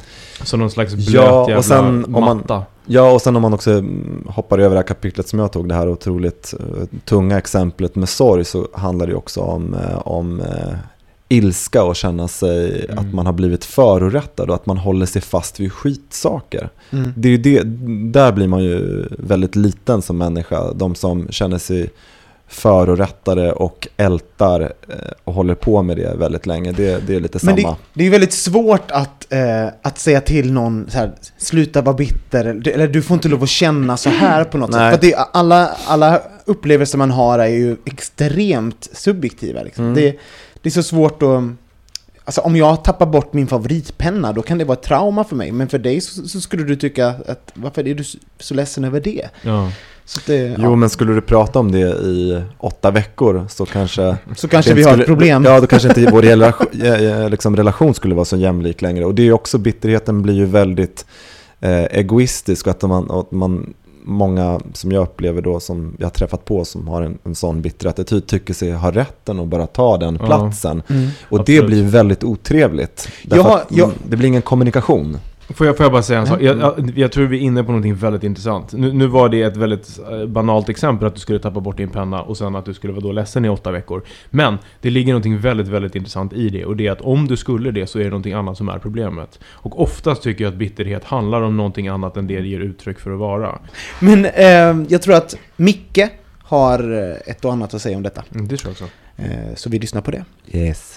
Så någon slags blöt ja, jävla och sen, om man, matta. Ja, och sen om man också hoppar över det här kapitlet som jag tog, det här otroligt uh, tunga exemplet med sorg, så handlar det också om, uh, om uh, ilska och känna sig mm. att man har blivit förorättad och att man håller sig fast vid skitsaker. Mm. Det är ju det, där blir man ju väldigt liten som människa. De som känner sig förorättade och ältar och håller på med det väldigt länge. Det, det är lite Men samma. Det, det är väldigt svårt att, eh, att säga till någon så här, sluta vara bitter, eller, eller du får inte lov att känna så här på något Nej. sätt. För att det, alla, alla upplevelser man har är ju extremt subjektiva. Liksom. Mm. Det, det är så svårt att... Alltså om jag tappar bort min favoritpenna, då kan det vara ett trauma för mig. Men för dig så, så skulle du tycka att varför är du så ledsen över det? Ja. Så det, jo, ja. men skulle du prata om det i åtta veckor så kanske... Så kanske vi har skulle, ett problem. Ja, då kanske inte vår relation, liksom, relation skulle vara så jämlik längre. Och det är ju också, bitterheten blir ju väldigt eh, egoistisk. Och att man, att man, många som jag upplever då, som jag har träffat på som har en, en sån bitter attityd, tycker sig ha rätten att bara ta den ja. platsen. Mm. Och Absolut. det blir väldigt otrevligt. Ja, ja. Det blir ingen kommunikation. Får jag, får jag bara säga en sak? Jag, jag, jag tror vi är inne på någonting väldigt intressant. Nu, nu var det ett väldigt banalt exempel att du skulle tappa bort din penna och sen att du skulle vara då ledsen i åtta veckor. Men det ligger någonting väldigt, väldigt intressant i det. Och det är att om du skulle det så är det någonting annat som är problemet. Och oftast tycker jag att bitterhet handlar om någonting annat än det det ger uttryck för att vara. Men eh, jag tror att Micke har ett och annat att säga om detta. Mm, det tror jag också. Eh, så vi lyssnar på det. Yes.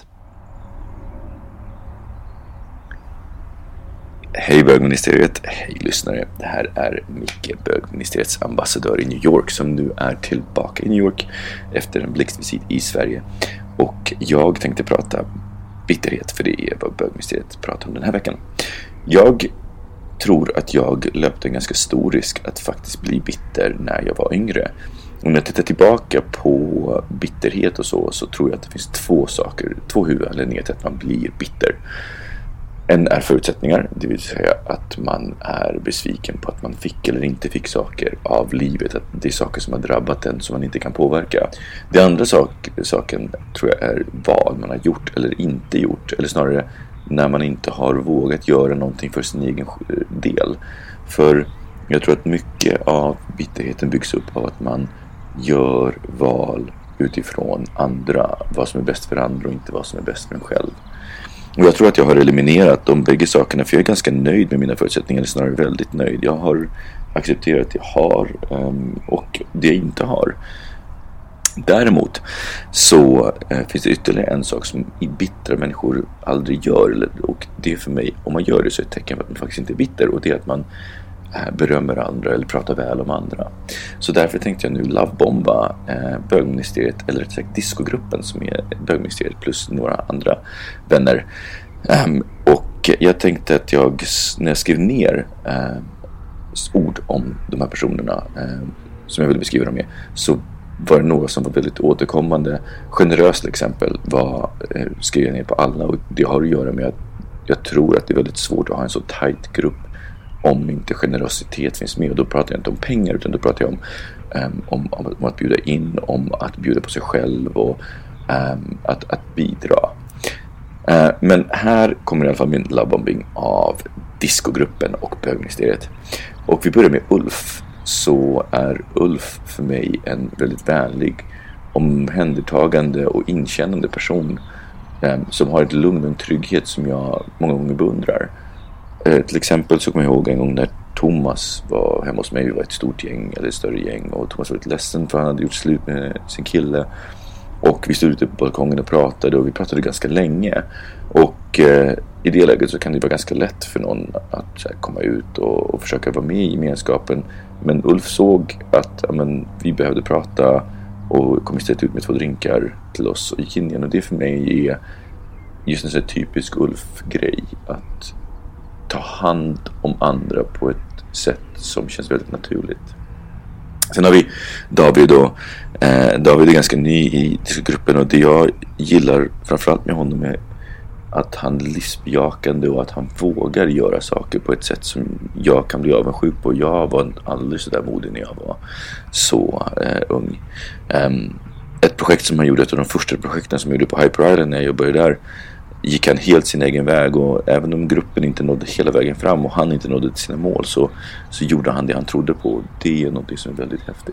Hej bögministeriet, hej lyssnare. Det här är Micke, bögministeriets ambassadör i New York, som nu är tillbaka i New York efter en blixtvisit i Sverige. Och jag tänkte prata bitterhet, för det är vad bögministeriet pratar om den här veckan. Jag tror att jag löpte en ganska stor risk att faktiskt bli bitter när jag var yngre. Om jag tittar tillbaka på bitterhet och så, så tror jag att det finns två saker, två huvudanledningar till att man blir bitter. En är förutsättningar, det vill säga att man är besviken på att man fick eller inte fick saker av livet. Att det är saker som har drabbat en som man inte kan påverka. Det andra sak, saken tror jag är val man har gjort eller inte gjort. Eller snarare när man inte har vågat göra någonting för sin egen del. För jag tror att mycket av bitterheten byggs upp av att man gör val utifrån andra. Vad som är bäst för andra och inte vad som är bäst för en själv. Och jag tror att jag har eliminerat de bägge sakerna, för jag är ganska nöjd med mina förutsättningar, eller snarare väldigt nöjd. Jag har accepterat att jag har um, och det jag inte har. Däremot så uh, finns det ytterligare en sak som bittra människor aldrig gör, och det är för mig, om man gör det så är det ett tecken på att man faktiskt inte är bitter, och det är att man berömmer andra eller pratar väl om andra. Så därför tänkte jag nu lovebomba eh, bögministeriet, eller rätt sagt discogruppen som är bögministeriet plus några andra vänner. Um, och jag tänkte att jag, när jag skrev ner eh, ord om de här personerna eh, som jag ville beskriva dem med, så var det några som var väldigt återkommande. Generöst till exempel var, eh, skrev jag ner på alla, och det har att göra med att jag tror att det är väldigt svårt att ha en så tajt grupp om inte generositet finns med. Och då pratar jag inte om pengar, utan då pratar jag om, um, om, om, om att bjuda in, om att bjuda på sig själv och um, att, att bidra. Uh, men här kommer i alla fall min lovebombing av discogruppen och bögministeriet. Och vi börjar med Ulf. Så är Ulf för mig en väldigt vänlig, omhändertagande och inkännande person um, som har ett lugn och en trygghet som jag många gånger beundrar. Till exempel så kommer jag ihåg en gång när Thomas var hemma hos mig. Vi var ett stort gäng, eller ett större gäng, och Thomas var lite ledsen för han hade gjort slut med sin kille. Och vi stod ute på balkongen och pratade, och vi pratade ganska länge. Och eh, i det läget så kan det vara ganska lätt för någon att så här, komma ut och, och försöka vara med i gemenskapen. Men Ulf såg att ja, men, vi behövde prata, och kom istället ut med två drinkar till oss och gick in igen. Och det för mig är just en sån här typisk Ulf-grej, att ta hand om andra på ett sätt som känns väldigt naturligt. Sen har vi David och Eh, David är ganska ny i gruppen, och det jag gillar framförallt med honom är att han är livsbejakande och att han vågar göra saker på ett sätt som jag kan bli avundsjuk på. Jag var aldrig så där modig när jag var så eh, ung. Um, ett projekt som han gjorde, ett av de första projekten som jag gjorde på Hyper Island när jag jobbade där, gick han helt sin egen väg, och även om gruppen inte nådde hela vägen fram och han inte nådde till sina mål, så, så gjorde han det han trodde på. Det är något som är väldigt häftigt.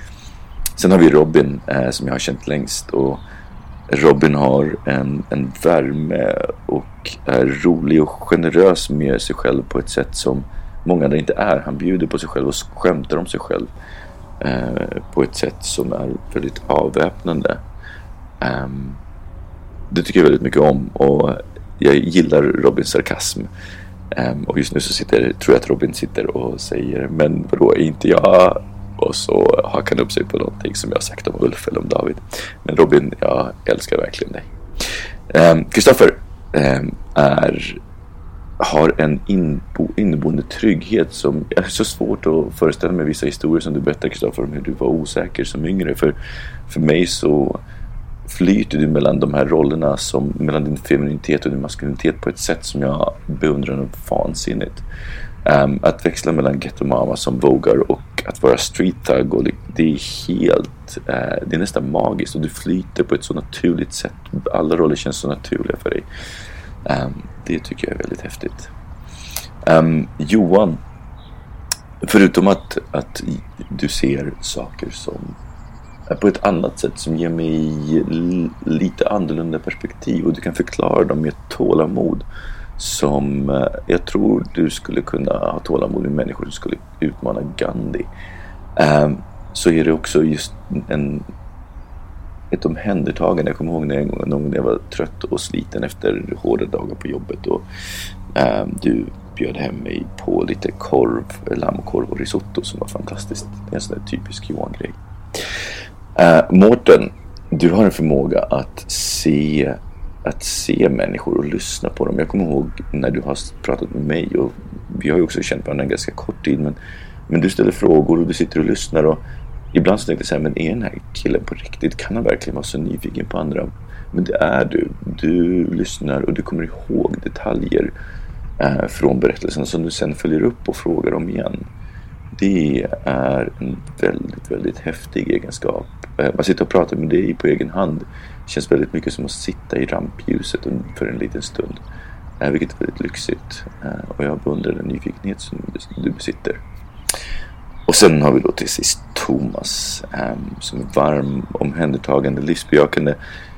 Sen har vi Robin eh, som jag har känt längst, och Robin har en, en värme och är rolig och generös med sig själv på ett sätt som många andra inte är. Han bjuder på sig själv och skämtar om sig själv eh, på ett sätt som är väldigt avväpnande. Um, det tycker jag väldigt mycket om, och jag gillar Robins sarkasm. Um, och just nu så sitter, tror jag att Robin sitter och säger, men vadå, är inte jag... Och så hakar han upp sig på någonting som jag har sagt om Ulf eller om David. Men Robin, jag älskar verkligen dig. Kristoffer um, är har en inbo, inneboende trygghet som är så svårt att föreställa mig. Vissa historier som du berättar, Kristoffer, om hur du var osäker som yngre. För, för mig så flyter du mellan de här rollerna, som, mellan din femininitet och din maskulinitet på ett sätt som jag beundrar något vansinnigt. Um, att växla mellan ghetto mama som vågar och att vara street thug, och det är helt uh, det är nästan magiskt, och du flyter på ett så naturligt sätt. Alla roller känns så naturliga för dig. Um, det tycker jag är väldigt häftigt. um, Johan, förutom att, att du ser saker som på ett annat sätt som ger mig l- lite annorlunda perspektiv, och du kan förklara dem med tålamod som uh, jag tror du skulle kunna ha tålamod med människor som skulle utmana Gandhi. Um, så är det också just en ett omhändertagande. Jag kommer ihåg när jag, någon gång när jag var trött och sliten efter hårda dagar på jobbet, och um, du bjöd hem mig på lite korv, lammkorv och risotto som var fantastiskt. Det är en sån där typisk Johan-grej. Uh, Mårten, du har en förmåga att se att se människor och lyssna på dem. Jag kommer ihåg när du har pratat med mig, och vi har ju också känt varandra en ganska kort tid, men, men du ställer frågor och du sitter och lyssnar, och ibland så tänkte jag så här, men är den här killen på riktigt? Kan han verkligen vara så nyfiken på andra? Men det är du. Du lyssnar och du kommer ihåg detaljer eh, från berättelsen som du sen följer upp och frågar om igen. Det är en väldigt, väldigt häftig egenskap. Eh, man sitter och pratar med dig på egen hand. Det känns väldigt mycket som att sitta i rampljuset för en liten stund. Eh, vilket är väldigt lyxigt. Eh, och jag beundrar den nyfikenhet som du besitter. Och sen har vi då till sist Thomas, um, som är varm, omhändertagande, livsbejakande,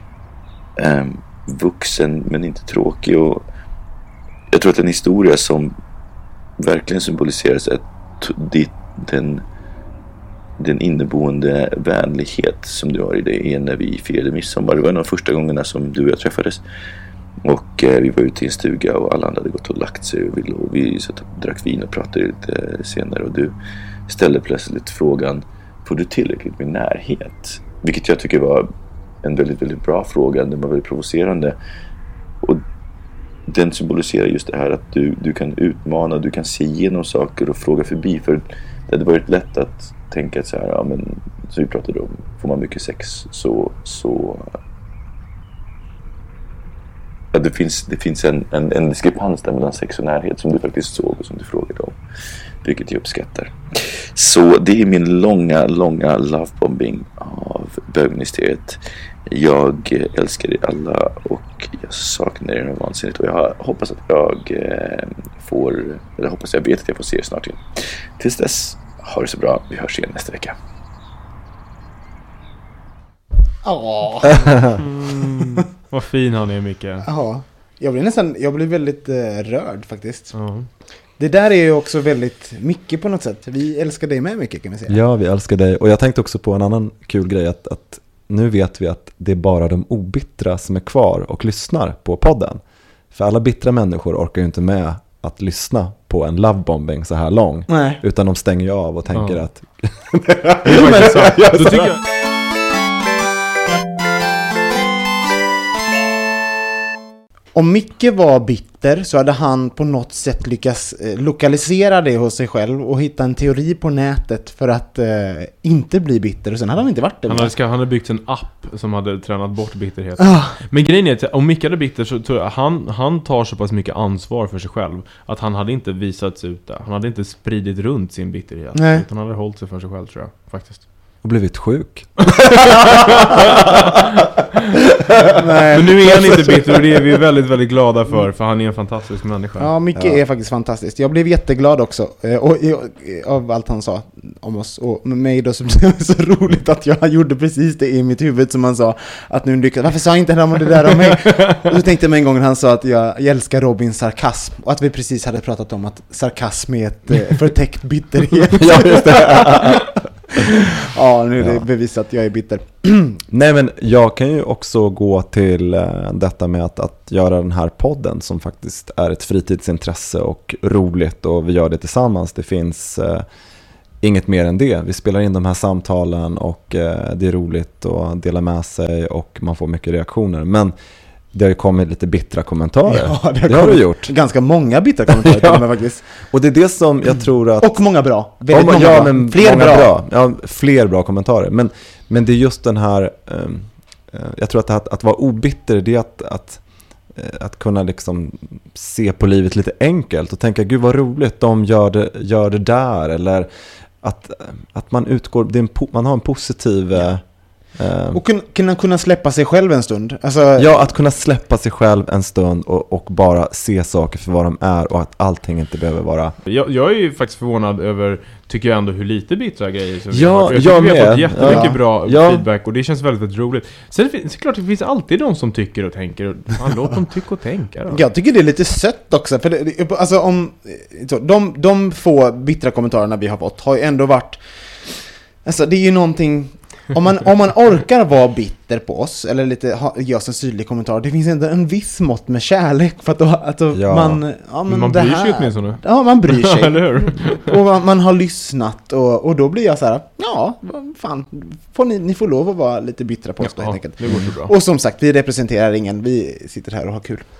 um, vuxen men inte tråkig. Och jag tror att en historia som verkligen symboliseras är t- den, den inneboende vänlighet som du har i dig är när vi firade midsommar. Det var en av de första gångerna som du och jag träffades. Och eh, vi var ute i en stuga och alla andra hade gått och lagt sig, och vi, och vi satt och drack vin och pratade lite senare, och du ställde plötsligt frågan, får du tillräckligt med närhet? Vilket jag tycker var en väldigt, väldigt bra fråga. Den var väldigt provocerande, och den symboliserar just det här att du, du kan utmana, du kan se igenom saker och fråga förbi. För det hade varit lätt att tänka så här, ja men så vi pratade om, får man mycket sex så så ja, det finns, det finns en, en, en diskrepans där mellan sex och närhet som du faktiskt såg och som du frågade om, vilket jag uppskattar. Så det är min långa, långa lovebombing av bögministeriet. Jag älskar er alla och jag saknar er vansinnigt, och jag hoppas att jag får, eller hoppas jag vet att jag får se er snart igen. Tills dess, ha det så bra, vi hörs igen nästa vecka. Ja. Mm, vad fin han är, Micke. Ja, jag blir nästan, jag blir väldigt eh, rörd faktiskt. Uh-huh. Det där är ju också väldigt mycket på något sätt. Vi älskar dig med mycket, kan vi säga. Ja, vi älskar dig. Och jag tänkte också på en annan kul grej, att, att nu vet vi att det är bara de obittra som är kvar och lyssnar på podden. För alla bittra människor orkar ju inte med att lyssna på en lovebombing så här lång. Nej. Utan de stänger ju av och tänker ja. att... Då tycker jag... om Micke var bitter så hade han på något sätt lyckats eh, lokalisera det hos sig själv och hitta en teori på nätet för att eh, inte bli bitter. Och sen hade han inte varit det. Han hade, ska, han hade byggt en app som hade tränat bort bitterhet. Ah. Men grejen är att om Micke hade bitter så tror jag han, han tar så pass mycket ansvar för sig själv att han hade inte visats ut där. Han hade inte spridit runt sin bitterhet. Nej. Utan han hade hållit sig för sig själv, tror jag, faktiskt. Och blivit sjuk. Nej. Men nu är han inte bitter och det är vi väldigt, väldigt glada för. För han är en fantastisk människa. Ja, Micke Ja. är faktiskt fantastiskt. Jag blev jätteglad också eh, och, och, av allt han sa om oss. Och med mig då så blev det så roligt att jag gjorde precis det i mitt huvud som han sa. Att nu lyckas. Varför sa inte han om det där om mig? Och så tänkte jag mig en gång när han sa att jag, jag älskar Robins sarkasm. Och att vi precis hade pratat om att sarkasm är ett eh, förtäckt bitterhet. Ja, just det. Ja, nu är det Ja. bevisat att jag är bitter. Nej, men jag kan ju också gå till uh, detta med att, att göra den här podden som faktiskt är ett fritidsintresse och roligt, och vi gör det tillsammans. Det finns uh, inget mer än det. Vi spelar in de här samtalen och uh, det är roligt att dela med sig och man får mycket reaktioner. Men det har ju kommit lite bittra kommentarer. Ja, det har, det har kommit du gjort. Ganska många bittra kommentarer Ja. till mig faktiskt. Och det är det som jag tror att... Och många bra. Väldigt Ja, många ja, bra. men Fler många bra. bra. Ja, fler bra kommentarer. Men, men det är just den här... Um, uh, jag tror att, att att vara obitter, det är att, att, uh, att kunna liksom se på livet lite enkelt och tänka, gud vad roligt, de gör det, gör det där. Eller att, att man utgår... Det är en po- man har en positiv... Uh, uh, Och kunna, kunna, kunna släppa sig själv en stund. Alltså, ja, att kunna släppa sig själv en stund och, och bara se saker för vad de är och att allting inte behöver vara... Jag, jag är ju faktiskt förvånad över, tycker jag ändå, hur lite bittra grejer som vi Ja, har. För jag, jag tycker vi har med. fått jättemycket Ja. bra Ja. feedback och det känns väldigt, väldigt roligt. Sen är det klart, det finns alltid de som tycker och tänker. Och fan, låt dem tycka och tänka då. Jag tycker det är lite sött också. För det, alltså om, så, de, de få bittra kommentarerna vi har fått har ju ändå varit... Alltså det är ju någonting... Om man, om man orkar vara bitter på oss eller lite ha, ge oss en syrlig kommentar, det finns ändå en viss mått med kärlek för att, då, att då Ja. man... Ja, men Man det bryr här, sig åtminstone. Ja, man bryr sig. Eller hur? Och man, man har lyssnat och, och då blir jag så här: ja, vad fan, får ni, ni får lov att vara lite bittra på oss då, helt enkelt. det går så bra. Och som sagt, vi representerar ingen, vi sitter här och har kul.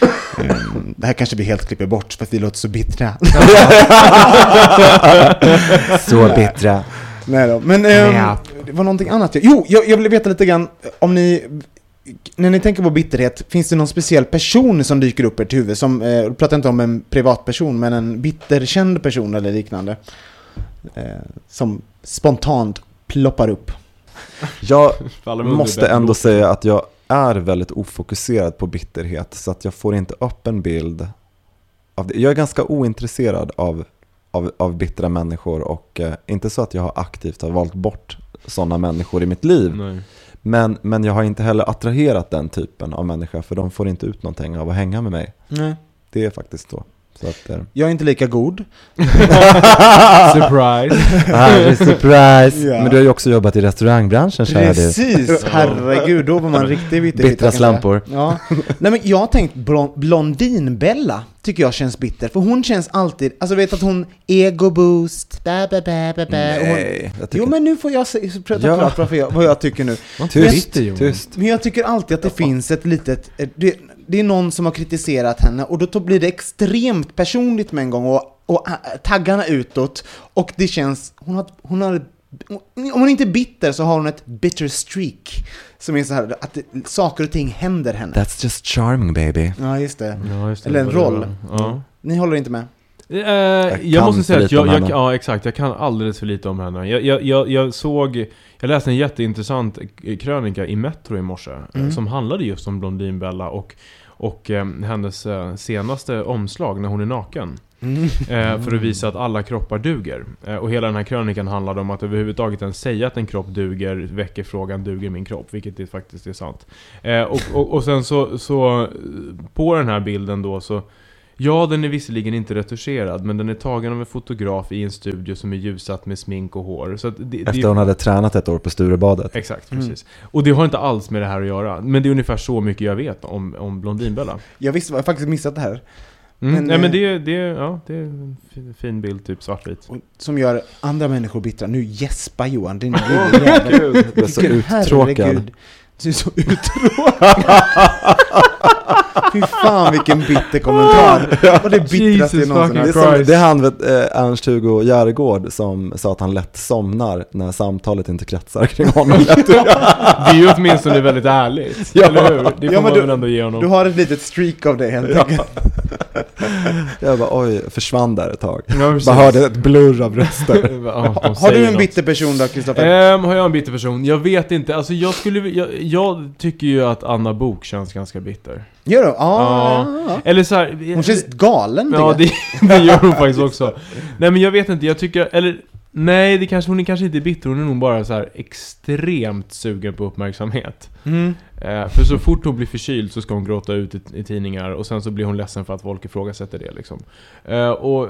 Um, det här kanske vi helt klipper bort för att vi låter så bittra. Så bittra. Nej då, men um, Ja. det var någonting annat. Jo, jag, jag vill veta lite grann om ni, när ni tänker på bitterhet, finns det någon speciell person som dyker upp i ert huvud? Som, eh, jag pratar inte om en privatperson, men en bitterkänd person eller liknande. Eh, som spontant ploppar upp. Jag Faller med måste under ändå bättre. säga att jag är väldigt ofokuserad på bitterhet, så att jag får inte upp en bild av det. Jag är ganska ointresserad av, av, av bittra människor och eh, inte så att jag har aktivt har valt bort sådana människor i mitt liv. Nej. Men, men jag har inte heller attraherat den typen av människa, för de får inte ut någonting av att hänga med mig. Nej. Det är faktiskt så. Så att, eh. Jag är inte lika god. Surprise. ah, surprise. Ja. Men du har ju också jobbat i restaurangbranschen, kära du. Precis, herregud, då var man riktigt bitter. Bittra slampor. Ja. Nej, men jag har tänkt blon- Blondinbella tycker jag känns bitter. För hon känns alltid, alltså vet att hon ego boost, bä, bä, bä, bä, bä. Och hon, Nej, jag tycker jo men nu får jag se, prata Ja. klart varför jag, vad jag tycker nu. tyst, Johan. tyst. Men jag tycker alltid att det finns ett litet, det, det är någon som har kritiserat henne och då blir det extremt personligt med en gång och, och äh, taggarna utåt och det känns, hon har, hon har, om hon inte är bitter så har hon ett bitter streak som är så här att det, saker och ting händer henne. That's just charming, baby. Ja, just det. Ja, just det. Eller en Vad det roll. var. Ja. Ni håller inte med? Eh, jag kan måste för säga att lite jag, om jag, henne. ja exakt, jag kan alldeles för lite om henne. Jag, jag, jag, jag såg, jag läste en jätteintressant krönika i Metro i morse Mm. som handlade just om Blondinbella och, och eh, hennes eh, senaste omslag när hon är naken. Mm. Eh, för att visa att alla kroppar duger. Eh, och hela den här krönikan handlade om att överhuvudtaget ens säga att en kropp duger väcker frågan, duger min kropp? Vilket det faktiskt är sant. Eh, och, och, och sen så, så på den här bilden då så, ja, den är visserligen inte retuscherad, men den är tagen av en fotograf i en studio som är ljussatt med smink och hår. Så att det, Efter det, hon hade tränat ett år på Sturebadet. exakt, precis. Och det har inte alls med det här att göra. Men det är ungefär så mycket jag vet om, om Blondinbella. Jag visste, jag har faktiskt missat det här. Mm. Men, Nej, men eh, det, det, ja, det är en fin, fin bild, typ svartvit. Och som gör andra människor bittra. Nu gäspar Johan, din lille jävel. Du är så Gud, uttråkad. herregud. Du är så uttråkad. Fy fan vilken bitter kommentar. Vad det bittraste jag någonsin Det är, som, det är han, vet, eh, Ernst-Hugo Järgård som sa att han lätt somnar när samtalet inte kretsar kring honom. Det är ju åtminstone väldigt ärligt, ja. Eller hur? Det får ja, man du, väl ändå ge honom. Du har ett litet streak av det helt enkelt. Jag bara, oj, försvann där ett tag. Ja, bara hörde ett blurr av röster. Ja, har du en bitter person då, Kristoffer? Um, har jag en bitter person? Jag vet inte. Alltså jag skulle jag, jag tycker ju att Anna Bok känns ganska bitter. Gör du? Ah, ja. ja. Eller så här, hon känns galen. Ja, det, det gör hon faktiskt också. Nej, men jag vet inte. Jag tycker eller nej, det kanske hon är kanske inte bitter. Hon är nog bara så här extremt sugen på uppmärksamhet. Mm. Eh, för så fort hon blir förkyld så ska hon gråta ut i, i tidningar och sen så blir hon ledsen för att folk ifrågasätter det liksom. Eh, och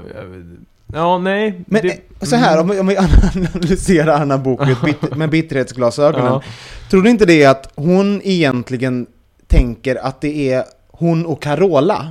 ja, nej. Men det, så här, om vi, om vi analyserar Anna Bok med, bit, med bitterhetsglasögonen. Ja. Tror du inte det att hon egentligen tänker att det är hon och Carola?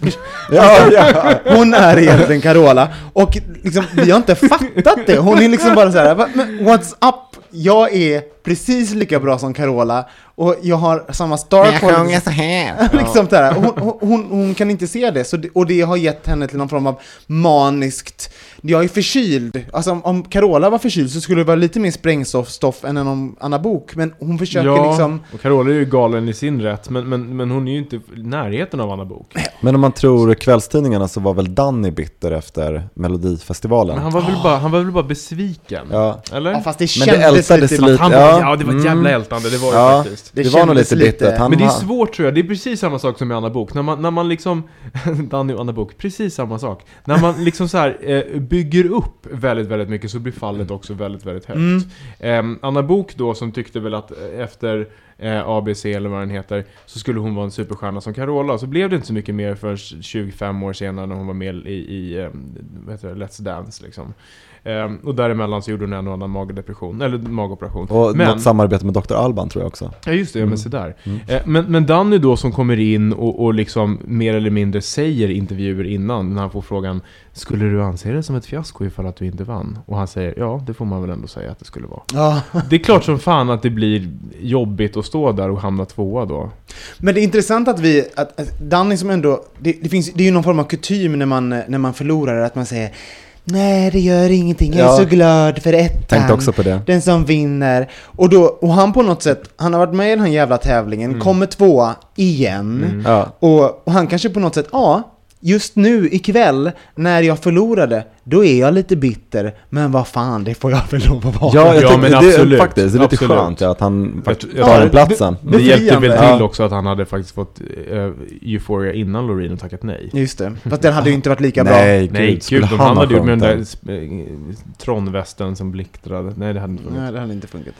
Ja, ja. Hon är egentligen Carola. Och liksom, vi har inte fattat det. Hon är liksom bara så här, what's up? Jag är precis lika bra som Carola. Och jag har samma star jag sjunger så här. liksom där. Hon, hon, hon kan inte se det, så det. Och det har gett henne till någon form av maniskt. Jag är förkyld. Alltså om, om Carola var förkyld så skulle det vara lite mer sprängstoff än om Anna Bok. Men hon försöker ja, liksom... och Carola är ju galen i sin rätt. Men, men, men hon är ju inte i närheten av Anna Bok. Men om man tror kvällstidningarna så var väl Danny bitter efter Melodifestivalen. Men han var väl bara, han var väl bara besviken. Ja. Eller? Ja, fast det men det ältades lite. lite. Han var, ja. ja, det var ett jävla ältande. Det var ja. det faktiskt. Det, det var nog lite bittert. Men det är svårt tror jag. Det är precis samma sak som med Anna Bok. När man, när man liksom Danny och Anna Bok, precis samma sak. När man liksom så här eh, bygger upp väldigt, väldigt mycket så blir fallet också väldigt, väldigt högt. Mm. Eh, Anna Bok då som tyckte väl att efter eh, A B C eller vad den heter så skulle hon vara en superstjärna som Carola. Så blev det inte så mycket mer för tjugofem år senare när hon var med i, i eh, vad heter det, Let's Dance liksom. Um, och däremellan så gjorde hon en och annan magdepression eller magoperation. Och men, något samarbete med doktor Alban tror jag också. Ja just det, mm. men så där. Mm. Uh, men, men Danny då som kommer in och, och liksom mer eller mindre säger intervjuer innan när han får frågan, skulle du anse det som ett fiasko ifall att du inte vann? Och han säger, ja det får man väl ändå säga att det skulle vara. Ja. Det är klart som fan att det blir jobbigt att stå där och hamna tvåa då. Men det är intressant att vi, att, att Danny som ändå, det, det, finns, det är ju någon form av kutym när man, när man förlorar att man säger, nej det gör ingenting, jag är ja. så glad för ettan. Tänkte också på det. Den som vinner. Och, då, och han på något sätt, han har varit med i den här jävla tävlingen, mm. kommer tvåa igen. Mm. Ja. Och, och han kanske på något sätt, ja, just nu ikväll när jag förlorade, då är jag lite bitter, men vad fan, det får jag väl lov att vara. Ja, jag ja tycker, men det absolut. är faktiskt det är lite absolut. skönt ja, att han faktiskt jag, tar ja, den platsen. Det, det, det hjälpte väl till ja. också att han hade faktiskt fått uh, Euphoria innan Loreen och tackat nej. Just det, fast den hade ju inte varit lika bra. Nej, gud, nej, skulle gud, han han hade ha ju med den sjungit där Tron-västen som blixtrade. Nej, det hade inte funkat. Nej, det hade inte funkat.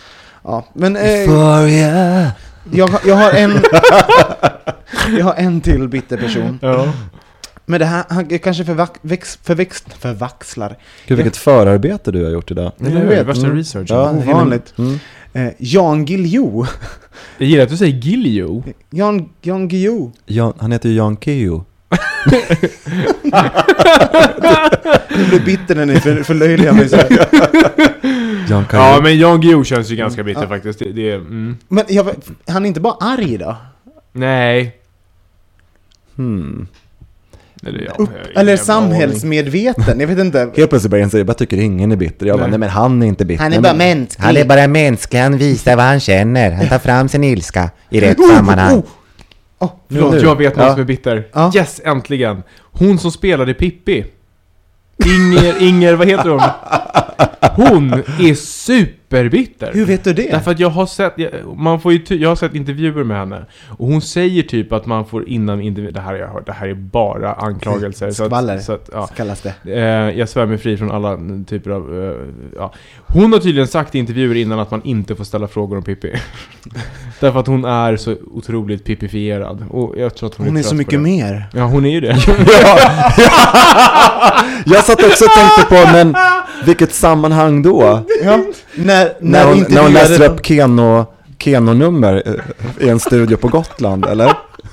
Ja, men eh, Euphoria. Jag, jag har en jag har en till bitter person. Ja. Men det här han kanske förväx, förväx, förvaxlar. Gud, vilket förarbete du har gjort idag. Det är det värsta mm. research. Ja, ovanligt. Mm. Eh, Jan Guillou. Jag gillar att du säger Guillou. Jan, Jan Guillou. Jan, han heter ju Jan Guillou. Du blir bitter när ni för, förlöjligar mig så här. Jan ja, men Jan Guillou känns ju ganska bitter ja. faktiskt. Det, det, mm. Men jag, han är inte bara arg då? Nej. Hmm. Eller, ja, Upp, eller samhällsmedveten, jag vet inte. Helt plötsligt börjar han säga, jag tycker ingen är bitter. Jag nej. bara, nej men han är inte bitter. Han är bara mänsklig. Han är bara mänsklig, han visar vad han känner. Han tar fram sin ilska i rätt oh, sammanhang. Oh, oh. Oh, förlåt, jag vet någon ja. som är bitter. Ja. Yes, äntligen. Hon som spelade Pippi. Inger, Inger, vad heter hon? Hon är superbitter. Hur vet du det? Därför att jag har sett jag, man får ju ty, jag har sett intervjuer med henne och hon säger typ att man får innan intervju, det här har jag hört, det här är bara anklagelser skvaller, så att, så att, ja. kallas det. Eh, jag svär mig fri från alla typer av eh, ja. Hon har tydligen sagt i intervjuer innan att man inte får ställa frågor om Pippi. Därför att hon är så otroligt pippifierad och jag tror att hon, hon är, är så mycket mer. Ja, hon är ju det. ja. Jag satt också och tänkte på, men vilket sammanhang då? Ja. När, när, när, hon, när hon läser upp Keno, Keno-nummer i en studio på Gotland, eller?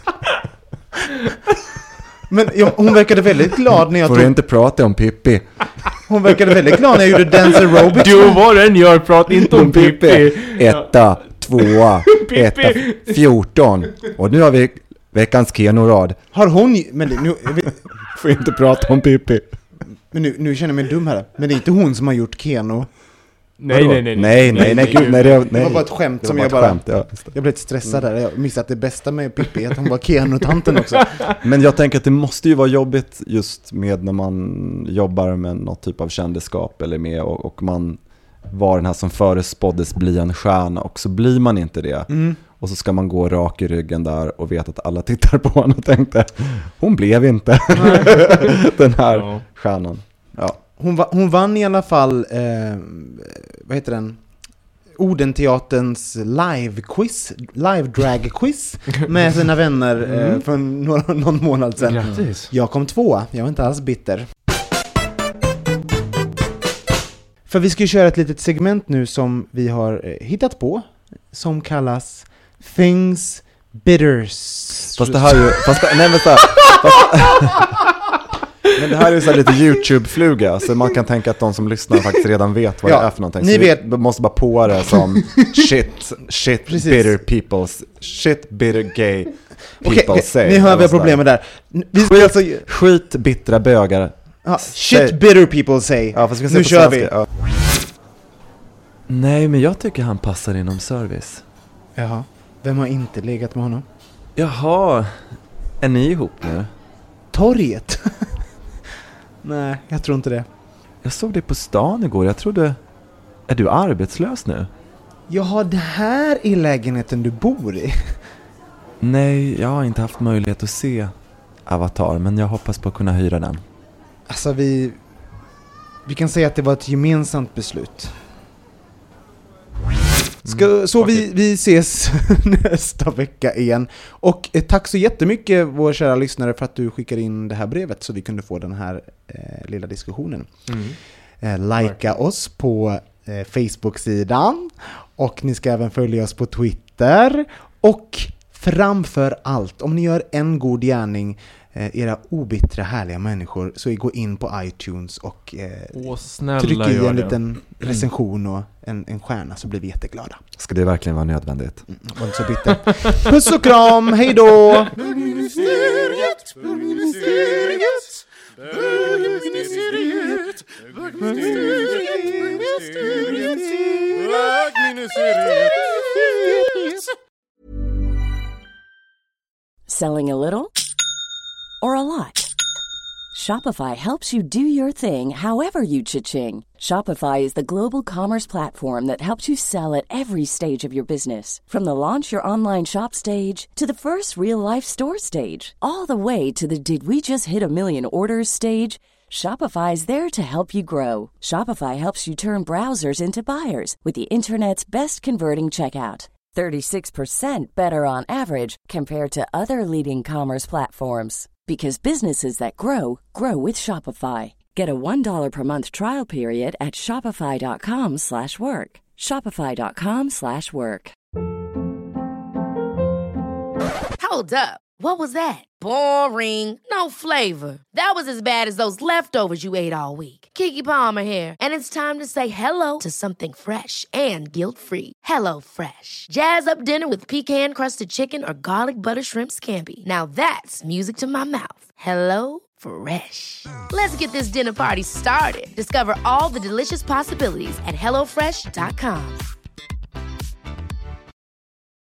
Men ja, hon verkade väldigt glad när jag får tog... du inte prata om Pippi? Hon verkade väldigt glad när jag gjorde Dance Aerobics. Du var den gör, prata inte om Pippi. Etta, tvåa, etta, fjorton. Och nu har vi Veckans Keno-rad. Har hon ju, men det, nu får inte prata om Pippi. Men nu, nu känner jag mig dum här. Men det är inte hon som har gjort Keno. Nej, nej, nej, nej, nej, nej, gud, nej, det, nej. Det var bara ett skämt som bara jag bara... Skämt, ja, jag blev lite stressad där. Jag missade att det bästa med Pippi är att hon var Keno-tanten också. Men jag tänker att det måste ju vara jobbigt just med när man jobbar med något typ av kändisskap eller med och, och man var den här som förespåddes bli en stjärna och så blir man inte det. Mm. Och så ska man gå rak i ryggen där och veta att alla tittar på honom och tänkte hon blev inte den här ja. stjärnan. Ja. Hon, va, hon vann i alla fall eh, vad heter den? Odenteaterns live-quiz, live-drag-quiz med sina vänner eh, mm. för några, någon månad sedan. Grattis. Jag kom två, jag var inte alls bitter. För vi ska ju köra ett litet segment nu som vi har eh, hittat på som kallas Things Bitters. Fast det här är ju... Fast, nej men så här, fast, men det här är ju så här lite YouTube-fluga så man kan tänka att de som lyssnar faktiskt redan vet vad ja, det är för någonting. Ni så vet. Vi måste bara på det som shit, shit, Precis. bitter people's, shit, bitter gay people okay, say. Ni hör vi har problemet där. Vi ska skit, alltså... skit, bittra bögar. Ah, shit, bitter people say. Ja, fast vi ska nu se kör vi. Ja. Nej, men jag tycker han passar inom service. Jaha, vem har inte legat med honom? Jaha, är ni ihop nu? Torget? Nej, jag tror inte det. Jag såg dig på stan igår, jag trodde... Är du arbetslös nu? Jag har det här i lägenheten du bor i. Nej, jag har inte haft möjlighet att se Avatar, men jag hoppas på att kunna hyra den. Alltså vi... Vi kan säga att det var ett gemensamt beslut. Ska, så okay. vi, vi ses nästa vecka igen. Och eh, tack så jättemycket vår kära lyssnare för att du skickar in det här brevet så vi kunde få den här eh, lilla diskussionen. Mm. Eh, likea oss på eh, Facebook-sidan och ni ska även följa oss på Twitter. Och framför allt, om ni gör en god gärning, eh, era obittra härliga människor, så gå in på iTunes och eh, Åh, snälla, tryck i en det. liten recension och en, en stjärna så blir vi jätteglada. Ska det verkligen vara nödvändigt? Mm, var inte så bitter. Puss och kram, hej då! Bögministeriet, bögministeriet, bögministeriet, bögministeriet, bögministeriet. Selling a little or a lot? Shopify helps you do your thing however you cha-ching. Shopify is the global commerce platform that helps you sell at every stage of your business. From the launch your online shop stage to the first real-life store stage, all the way to the did we just hit a million orders stage. Shopify is there to help you grow. Shopify helps you turn browsers into buyers with the internet's best converting checkout. thirty-six percent better on average compared to other leading commerce platforms. Because businesses that grow, grow with Shopify. Get a one dollar per month trial period at shopify.com slash work. Shopify.com slash work. Hold up. What was that? Boring. No flavor. That was as bad as those leftovers you ate all week. Keke Palmer here, and it's time to say hello to something fresh and guilt-free. Hello Fresh. Jazz up dinner with pecan-crusted chicken or garlic butter shrimp scampi. Now that's music to my mouth. Hello Fresh. Let's get this dinner party started. Discover all the delicious possibilities at hello fresh dot com.